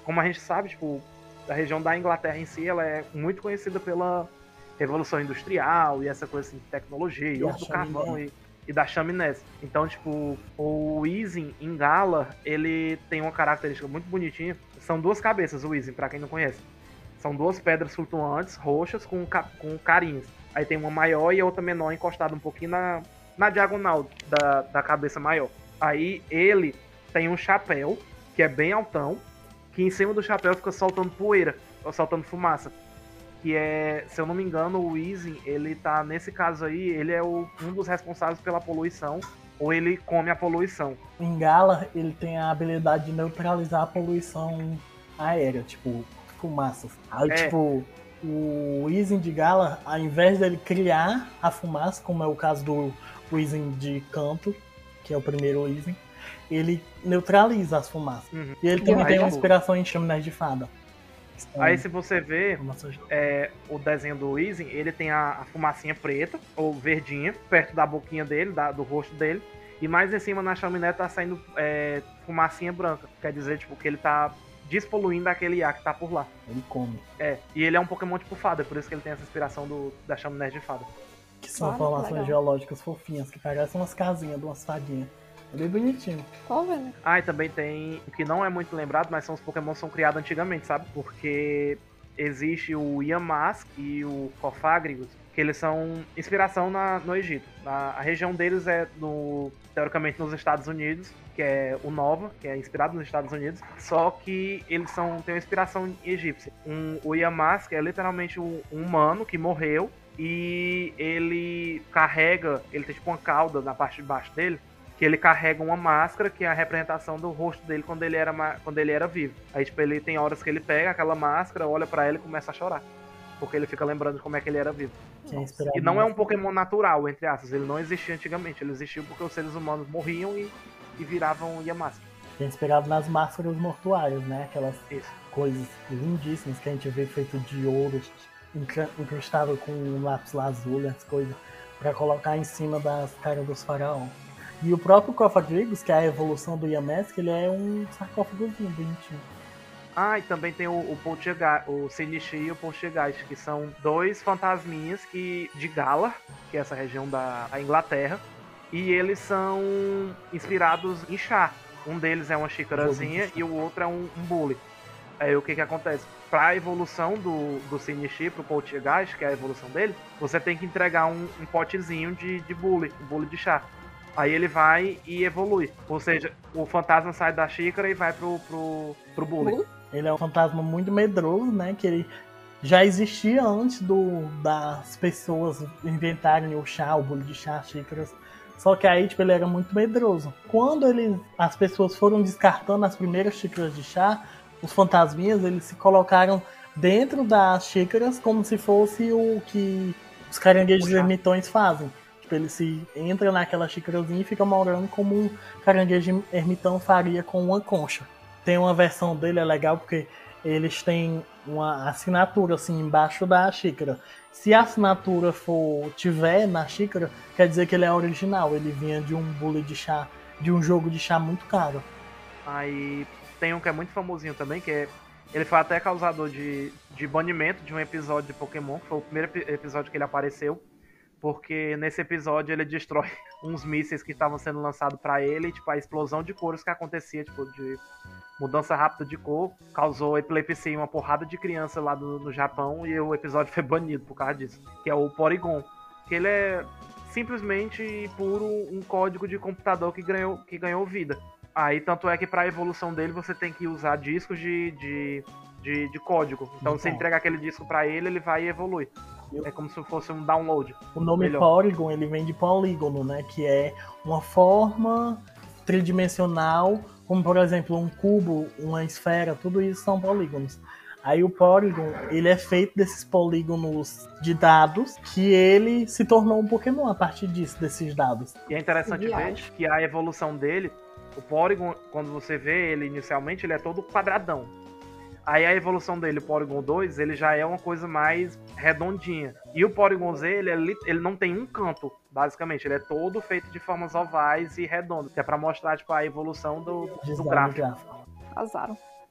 como a gente sabe, tipo, a região da Inglaterra em si, ela é muito conhecida pela Revolução Industrial e essa coisa assim, de tecnologia, e, E uso a do chaminé. carvão e, e da chaminés. Então, tipo, o Isin em Galar, ele tem uma característica muito bonitinha. São duas cabeças, o Isin, pra quem não conhece. São duas pedras flutuantes, roxas, com, ca- com carinhas. Aí tem uma maior e a outra menor encostada um pouquinho na, na diagonal da, da cabeça maior. Aí ele tem um chapéu, que é bem altão, que em cima do chapéu fica soltando poeira, ou soltando fumaça. Que é, se eu não me engano, o Isin, ele tá, nesse caso aí, ele é o, um dos responsáveis pela poluição, ou ele come a poluição. Em Galar, ele tem a habilidade de neutralizar a poluição aérea, tipo, fumaças. Aí, É. tipo, o Isin de Galar, ao invés dele criar a fumaça, como é o caso do Isin de Canto, que é o primeiro Isin, ele neutraliza as fumaças. Uhum. E ele também Aí, tem uma tipo, inspiração em chaminés de fada. Aí se você vê Fumaças- é, o desenho do Isin, ele tem a, a fumacinha preta, ou verdinha, perto da boquinha dele, da- do rosto dele, e mais em cima na chaminé tá saindo é, fumacinha branca. Quer dizer, tipo, que ele tá despoluindo aquele ar que tá por lá. Ele come. É, e ele é um Pokémon tipo fada, por isso que ele tem essa inspiração do, da chaminé de fada. Que são Olha, que formações legal. geológicas fofinhas, que parecem umas casinhas de umas fadinhas. É bem bonitinho. Tô vendo. Ah, e também tem, o que não é muito lembrado, mas são os Pokémon que são criados antigamente, sabe? Porque existe o Yamask e o Cofagrigus, que eles são inspiração na, no Egito. A, a região deles é, no, teoricamente, nos Estados Unidos, que é o Nova, que é inspirado nos Estados Unidos, só que eles são, têm uma inspiração egípcia. Um, o Yamask é literalmente um, um humano que morreu e ele carrega, ele tem tipo uma cauda na parte de baixo dele, que ele carrega uma máscara que é a representação do rosto dele quando ele era, ma- quando ele era vivo. Aí, tipo, ele tem horas que ele pega aquela máscara, olha pra ela e começa a chorar. Porque ele fica lembrando de como é que ele era vivo. Que é inspirado E não é um nessa- Pokémon natural, entre aspas. Ele não existia antigamente. Ele existiu porque os seres humanos morriam e, e viravam Yamask. que é inspirado nas máscaras mortuárias, né? Aquelas Isso. coisas lindíssimas que a gente vê feito de ouro, incra- incrustado com lápis lazuli, as coisas, pra colocar em cima das caras dos faraós. E o próprio Cofagrigus, que é a evolução do Yamask, ele é um sarcófagozinho bonitinho. Ah, e também tem o, o Poltergeist, o Sinichi e o Poltergeist, que são dois fantasminhas que, de Galar, que é essa região da a Inglaterra, e eles são inspirados em chá. Um deles é uma xícarazinha e o outro é um, um bule. Aí o que que acontece? Pra evolução do, do Sinichi pro Poltergeist, que é a evolução dele, você tem que entregar um, um potezinho de, de bule, um bule de chá. Aí ele vai e evolui. Ou seja, o fantasma sai da xícara e vai pro, pro, pro bule. Ele é um fantasma muito medroso, né? Que ele já existia antes do, das pessoas inventarem o chá, o bule de chá, xícaras. Só que aí, tipo, ele era muito medroso. Quando ele, as pessoas foram descartando as primeiras xícaras de chá, os fantasminhas, eles se colocaram dentro das xícaras como se fosse o que os caranguejos O chá. ermitões fazem. Tipo, ele se entra naquela xícarazinha e fica morando como um caranguejo ermitão faria com uma concha. Tem uma versão dele, é legal porque eles têm uma assinatura assim embaixo da xícara. Se a assinatura for tiver na xícara, quer dizer que ele é original. Ele vinha de um bule de chá, de um jogo de chá muito caro. Aí tem um que é muito famosinho também, que é. Ele foi até causador de, de banimento de um episódio de Pokémon, que foi o primeiro epi- episódio que ele apareceu. Porque nesse episódio ele destrói uns mísseis que estavam sendo lançados pra ele, e tipo, a explosão de cores que acontecia, tipo, de mudança rápida de cor, causou epilepsia em uma porrada de criança lá do- no Japão, e o episódio foi banido por causa disso. Que é o Porygon. Que ele é simplesmente e puro um código de computador que ganhou, que ganhou vida. Aí tanto é que pra evolução dele você tem que usar discos de, de, de, de código. Então você Então. entrega aquele disco pra ele, ele vai e evolui. É como se fosse um download. O nome Melhor. Polygon, ele vem de polígono, né? Que é uma forma tridimensional, como por exemplo um cubo, uma esfera, tudo isso são polígonos. Aí o Porygon, ele é feito desses polígonos de dados, que ele se tornou um Pokémon a partir disso, desses dados. E é interessante ver Viagem. que a evolução dele, o Porygon, quando você vê ele inicialmente, ele é todo quadradão. Aí a evolução dele, o Porygon dois, ele já é uma coisa mais redondinha. E o Porygon Z, ele, é lit- ele não tem um canto, basicamente. Ele é todo feito de formas ovais e redondas. Que é pra mostrar tipo, a evolução do, do Design gráfico. gráfico. Azaram.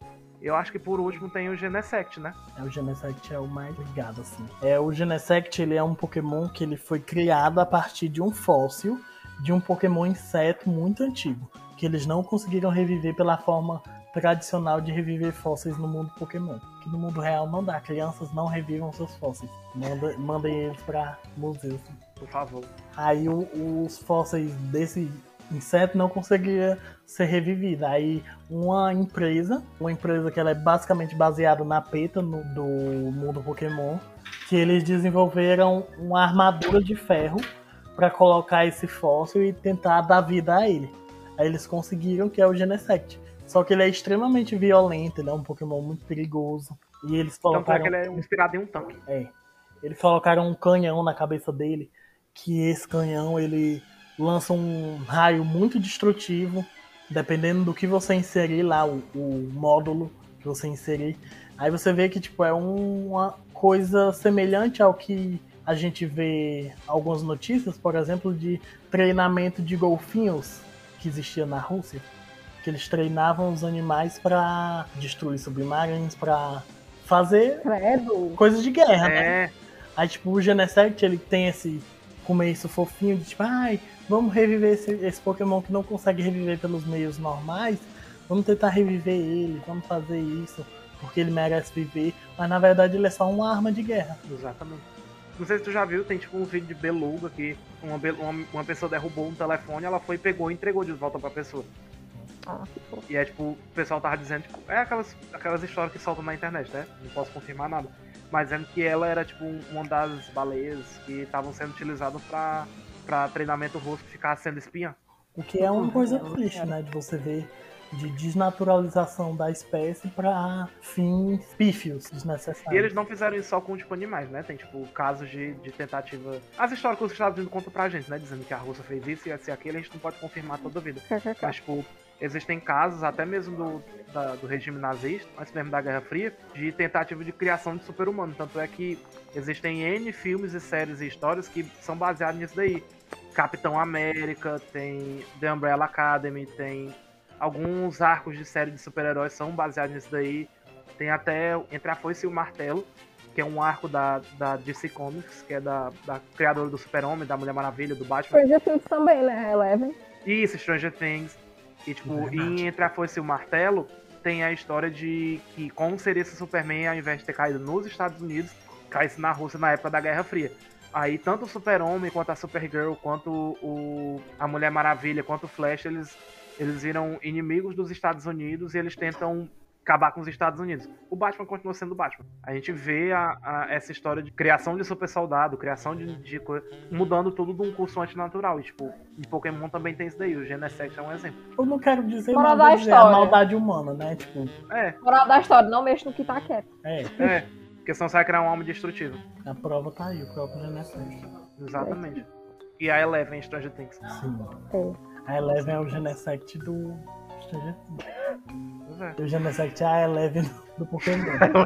Eu acho que por último tem o Genesect, né? É, o Genesect é o mais ligado, assim. É, o Genesect, ele é um Pokémon que ele foi criado a partir de um fóssil de um Pokémon inseto muito antigo, que eles não conseguiram reviver pela forma tradicional de reviver fósseis no mundo Pokémon. Que no mundo real não dá, crianças não revivam seus fósseis. Manda, mandem eles pra museus. Por favor. Aí o, os fósseis desse inseto não conseguiam ser revividos. Aí uma empresa, uma empresa que ela é basicamente baseada na PETA no, do mundo Pokémon, que eles desenvolveram uma armadura de ferro para colocar esse fóssil e tentar dar vida a ele. Aí eles conseguiram, que é o Genesect. Só que ele é extremamente violento, ele é um Pokémon muito perigoso. E eles colocaram... Tanto é que ele é inspirado em um tanque. É. Eles colocaram um canhão na cabeça dele, que esse canhão, ele lança um raio muito destrutivo, dependendo do que você inserir lá, o, o módulo que você inserir. Aí você vê que tipo, é uma coisa semelhante ao que a gente vê algumas notícias, por exemplo, de treinamento de golfinhos que existia na Rússia, que eles treinavam os animais para destruir submarinos, para fazer Credo. coisas de guerra, É. né? Aí tipo, o Genesect, ele tem esse começo fofinho de tipo, ai, vamos reviver esse, esse Pokémon que não consegue reviver pelos meios normais, vamos tentar reviver ele, vamos fazer isso, porque ele merece viver, mas na verdade ele é só uma arma de guerra. Exatamente. Não sei se tu já viu, tem tipo um vídeo de beluga que uma, uma, uma pessoa derrubou um telefone, ela foi, pegou e entregou de volta pra pessoa. Ah, que fofo. E é tipo, o pessoal tava dizendo, tipo, é aquelas, aquelas histórias que soltam na internet, né? Não posso confirmar nada. Mas dizendo que ela era tipo uma das baleias que estavam sendo utilizadas pra, pra treinamento russo ficar sendo espiã. O que é uma coisa triste, né? De você ver de desnaturalização da espécie para fins pífios desnecessários. E eles não fizeram isso só com tipo animais, né? Tem tipo casos de, de tentativa. As histórias que os Estados Unidos contam pra gente, né? Dizendo que a Rússia fez isso e esse e aquilo, a gente não pode confirmar toda a vida. Mas tipo, existem casos, até mesmo do, da, do regime nazista, antes mesmo da Guerra Fria, de tentativa de criação de super-humano. Tanto é que existem N filmes e séries e histórias que são baseados nisso daí. Capitão América, tem The Umbrella Academy, tem alguns arcos de série de super-heróis são baseados nisso daí. Tem até Entre a Foice e o Martelo, que é um arco da, da D C Comics, que é da, da criadora do Super-Homem, da Mulher Maravilha, do Batman. Stranger Things também, né? Eleven. Isso, Stranger Things. E tipo, Verdade. em Entre a Foice e o Martelo, tem a história de que como seria esse Superman, ao invés de ter caído nos Estados Unidos, caísse na Rússia na época da Guerra Fria. Aí tanto o Super-Homem, quanto a Supergirl, quanto o, a Mulher Maravilha, quanto o Flash, eles, eles viram inimigos dos Estados Unidos e eles tentam acabar com os Estados Unidos. O Batman continua sendo o Batman. A gente vê a, a, essa história de criação de super soldado, criação de, de coisa, mudando tudo de um curso antinatural. E tipo, em Pokémon também tem isso daí. O Genesect é um exemplo. Eu não quero dizer, Moral mas da vou dizer, a história. maldade humana, né? Tipo, É, Moral da história, não mexa no que tá quieto. é, é. Porque senão você vai criar uma alma destrutiva. a prova tá aí, o próprio Genesect. Exatamente. E a Eleven em Stranger Things. Sim. É. A Eleven é o Genesect do Stranger Things. Pois é. O Genesect é a Eleven do Pokémon.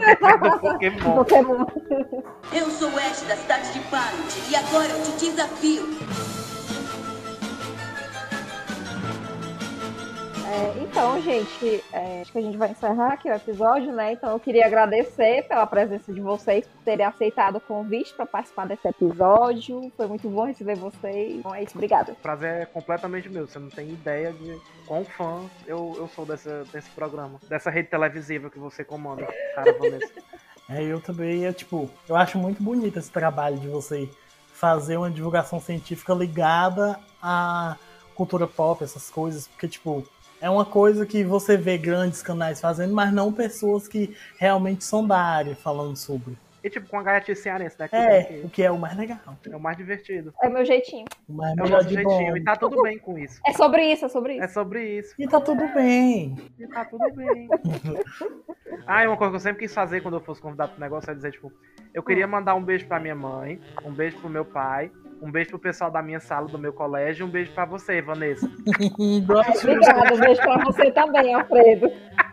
do Pokémon. Pokémon. Eu sou o Ash da cidade de Pallet e agora eu te desafio. É, então, gente, é, acho que a gente vai encerrar aqui o episódio, né? Então eu queria agradecer pela presença de vocês, por terem aceitado o convite para participar desse episódio. Foi muito bom receber vocês. Então é isso, obrigada. O prazer é completamente meu. Você não tem ideia de quão fã eu, eu sou desse, desse programa. Dessa rede televisiva que você comanda, cara, Vanessa. É, eu também, é, tipo, eu acho muito bonito esse trabalho de você fazer uma divulgação científica ligada à cultura pop, essas coisas, porque, tipo, é uma coisa que você vê grandes canais fazendo, mas não pessoas que realmente são da área falando sobre. E tipo, com a gaiatinha cearense, né? Que É, o que é o mais legal. é o mais divertido. É o meu jeitinho. O mais É o melhor nosso de jeitinho. bom. E tá tudo bem com isso. É sobre isso, é sobre isso. É sobre isso. E tá tudo bem. E tá tudo bem. Ah, e uma coisa que eu sempre quis fazer quando eu fosse convidado pro negócio é dizer, tipo, eu queria mandar um beijo pra minha mãe, um beijo pro meu pai, um beijo pro pessoal da minha sala, do meu colégio, e um beijo pra você, Vanessa. Obrigada, um beijo pra você também, Alfredo.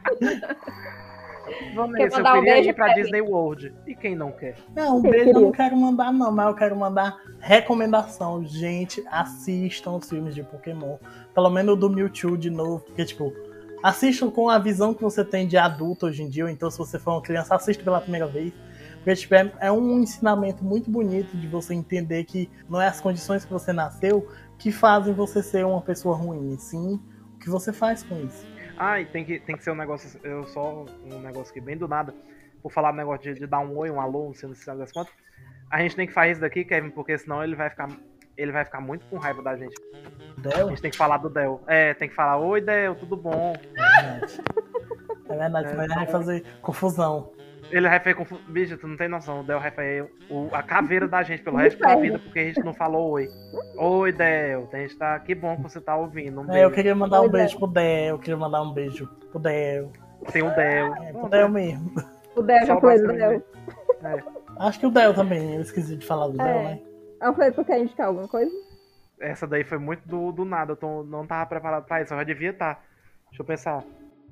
Vanessa, eu mandar um queria beijo ir pra pra Disney World. E quem não quer? Não, um beijo eu não quero mandar não, mas eu quero mandar recomendação. Gente, assistam os filmes de Pokémon. Pelo menos o do Mewtwo de novo, porque, tipo, assistam com a visão que você tem de adulto hoje em dia, ou então se você for uma criança, assista pela primeira vez. Porque tipo, é, é um ensinamento muito bonito de você entender que não é as condições que você nasceu que fazem você ser uma pessoa ruim, e sim o que você faz com isso. Ah, e tem que, tem que ser um negócio, eu só um negócio que bem do nada, por falar do negócio de, de dar um oi, um alô, não sei se das contas. A gente tem que fazer isso daqui, Kevin, porque senão ele vai ficar, ele vai ficar muito com raiva da gente. Del? A gente tem que falar do Del. É, tem que falar, oi Del, tudo bom? É verdade. É verdade, É, senão ele vai fazer confusão. Ele vai fazer confusão. Bicho, tu não tem noção, o Del vai fazer o, a caveira da gente pelo resto da vida, porque a gente não falou oi. Oi Del, a gente tá, que bom que você tá ouvindo. Um É, eu beijo. queria mandar Oi, um beijo Del. pro Del, eu queria mandar um beijo pro Del. Tem o Del. É, pro Del mesmo. O Del já Só foi do basicamente. Del. É. Acho que o Del também, eu esqueci de falar do Del, É. né? Alfredo, tu quer indicar alguma coisa? Essa daí foi muito do, do nada, eu tô, não tava preparado pra isso, eu já devia estar. Deixa eu pensar.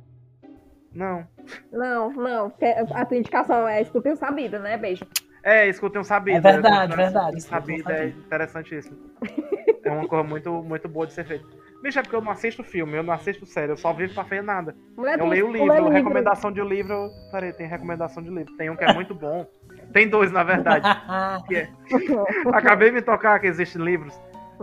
Não. Não, não. porque A tua indicação é Escutem o Sabido, né? Beijo. É, escutem um sabido. É verdade, Eu- verdade, Um escutem um sabido é sabido. interessantíssimo. É uma coisa muito, muito boa de ser feita. Bicho, é porque eu não assisto filme, eu não assisto série, eu só vivo pra ver nada. Mulher, Eu tu- leio o tu livro, lê livro. recomendação de livro. Peraí, tem recomendação de livro. Tem um que é muito bom. Tem dois, na verdade. Que é... Acabei de me tocar que existem livros.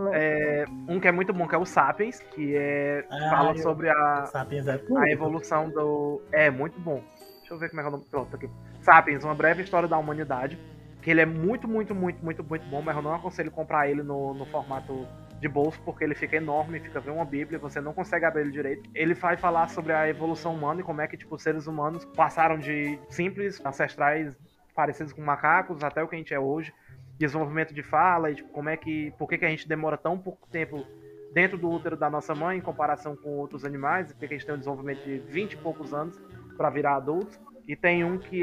É, um que é muito bom, que é o Sapiens, que é, Ah, fala eu- sobre a, Sapiens é tudo. a evolução do. É, muito bom. Deixa eu ver como é que é o nome. Pronto, aqui. Sapiens, uma breve história da humanidade. Que ele é muito, muito, muito, muito, muito bom, mas eu não aconselho comprar ele no, no formato de bolso, porque ele fica enorme, fica ver uma bíblia, você não consegue abrir ele direito. Ele vai falar sobre a evolução humana e como é que, tipo, os seres humanos passaram de simples, ancestrais, parecidos com macacos, até o que a gente é hoje. Desenvolvimento de fala e, tipo, como é que... Por que, que a gente demora tão pouco tempo dentro do útero da nossa mãe em comparação com outros animais, e por que a gente tem um desenvolvimento de vinte e poucos anos para virar adultos. E tem um que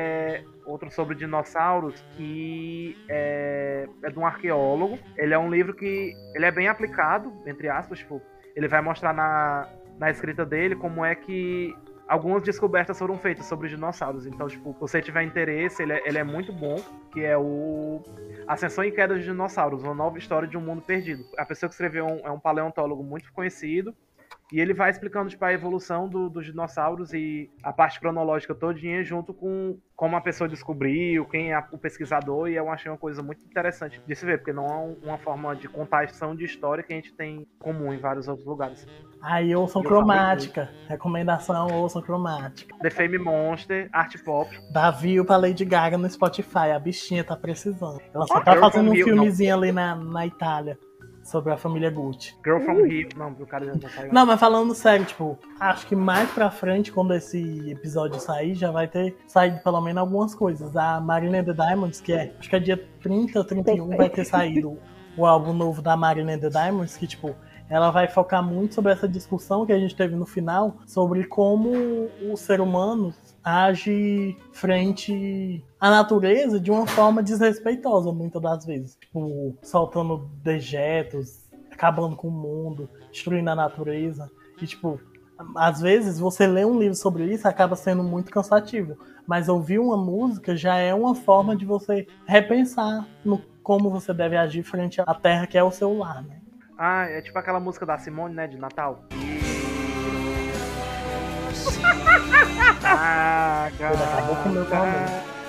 é outro sobre dinossauros, que é, é de um arqueólogo. Ele é um livro que ele é bem aplicado, entre aspas, tipo, ele vai mostrar na, na escrita dele como é que algumas descobertas foram feitas sobre os dinossauros. Então, tipo, se você tiver interesse, ele é, ele é muito bom, que é o Ascensão e Queda dos Dinossauros, uma nova história de um mundo perdido. A pessoa que escreveu é um, é um paleontólogo muito conhecido, e ele vai explicando, tipo, a evolução do, dos dinossauros e a parte cronológica todinha, junto com como a pessoa descobriu, quem é o pesquisador, e eu achei uma coisa muito interessante de se ver, porque não é um- uma forma de contação de história que a gente tem comum em vários outros lugares. Aí ouçam Eu Cromática. Recomendação, ouçam Cromática. The Fame Monster, Art Pop. Dá view pra Lady Gaga no Spotify. A bichinha tá precisando. Ela só Ah, tá Girl fazendo from um Rio, filmezinho ali na, na Itália. Sobre a família Gucci. Girl from Rio. Não, o cara já não saiu. Não, mas falando sério, tipo, acho que mais pra frente, quando esse episódio sair, já vai ter saído pelo menos algumas coisas. A Marina and the Diamonds, que é, acho que é dia trinta, trinta e um, vai ter saído o álbum novo da Marina and the Diamonds, que, tipo, ela vai focar muito sobre essa discussão que a gente teve no final, sobre como o ser humano age frente à natureza de uma forma desrespeitosa, muitas das vezes. Tipo, soltando dejetos, acabando com o mundo, destruindo a natureza. E, tipo, às vezes você lê um livro sobre isso acaba sendo muito cansativo. Mas ouvir uma música já é uma forma de você repensar no como você deve agir frente à terra que é o seu lar, né? Ah, é tipo aquela música da Simone, né, de Natal. Ah, cara. Ele acabou com o meu palmo.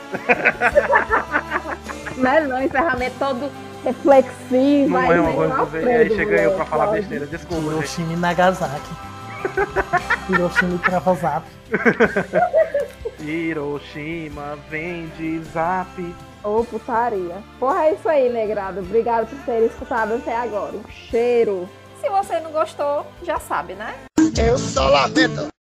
Mas não, encerramento todo reflexivo. Não aí é uma vem coisa o que aí Alfredo, chega eu pra mulher, falar pode. besteira. Desculpa, gente. Hiroshima e Nagasaki. Hiroshima e Travazap. Hiroshima vem de zap. Ô, putaria. Porra, é isso aí, negrado. Obrigado por ter escutado até agora. Um cheiro. Se você não gostou, já sabe, né? Eu só lamento.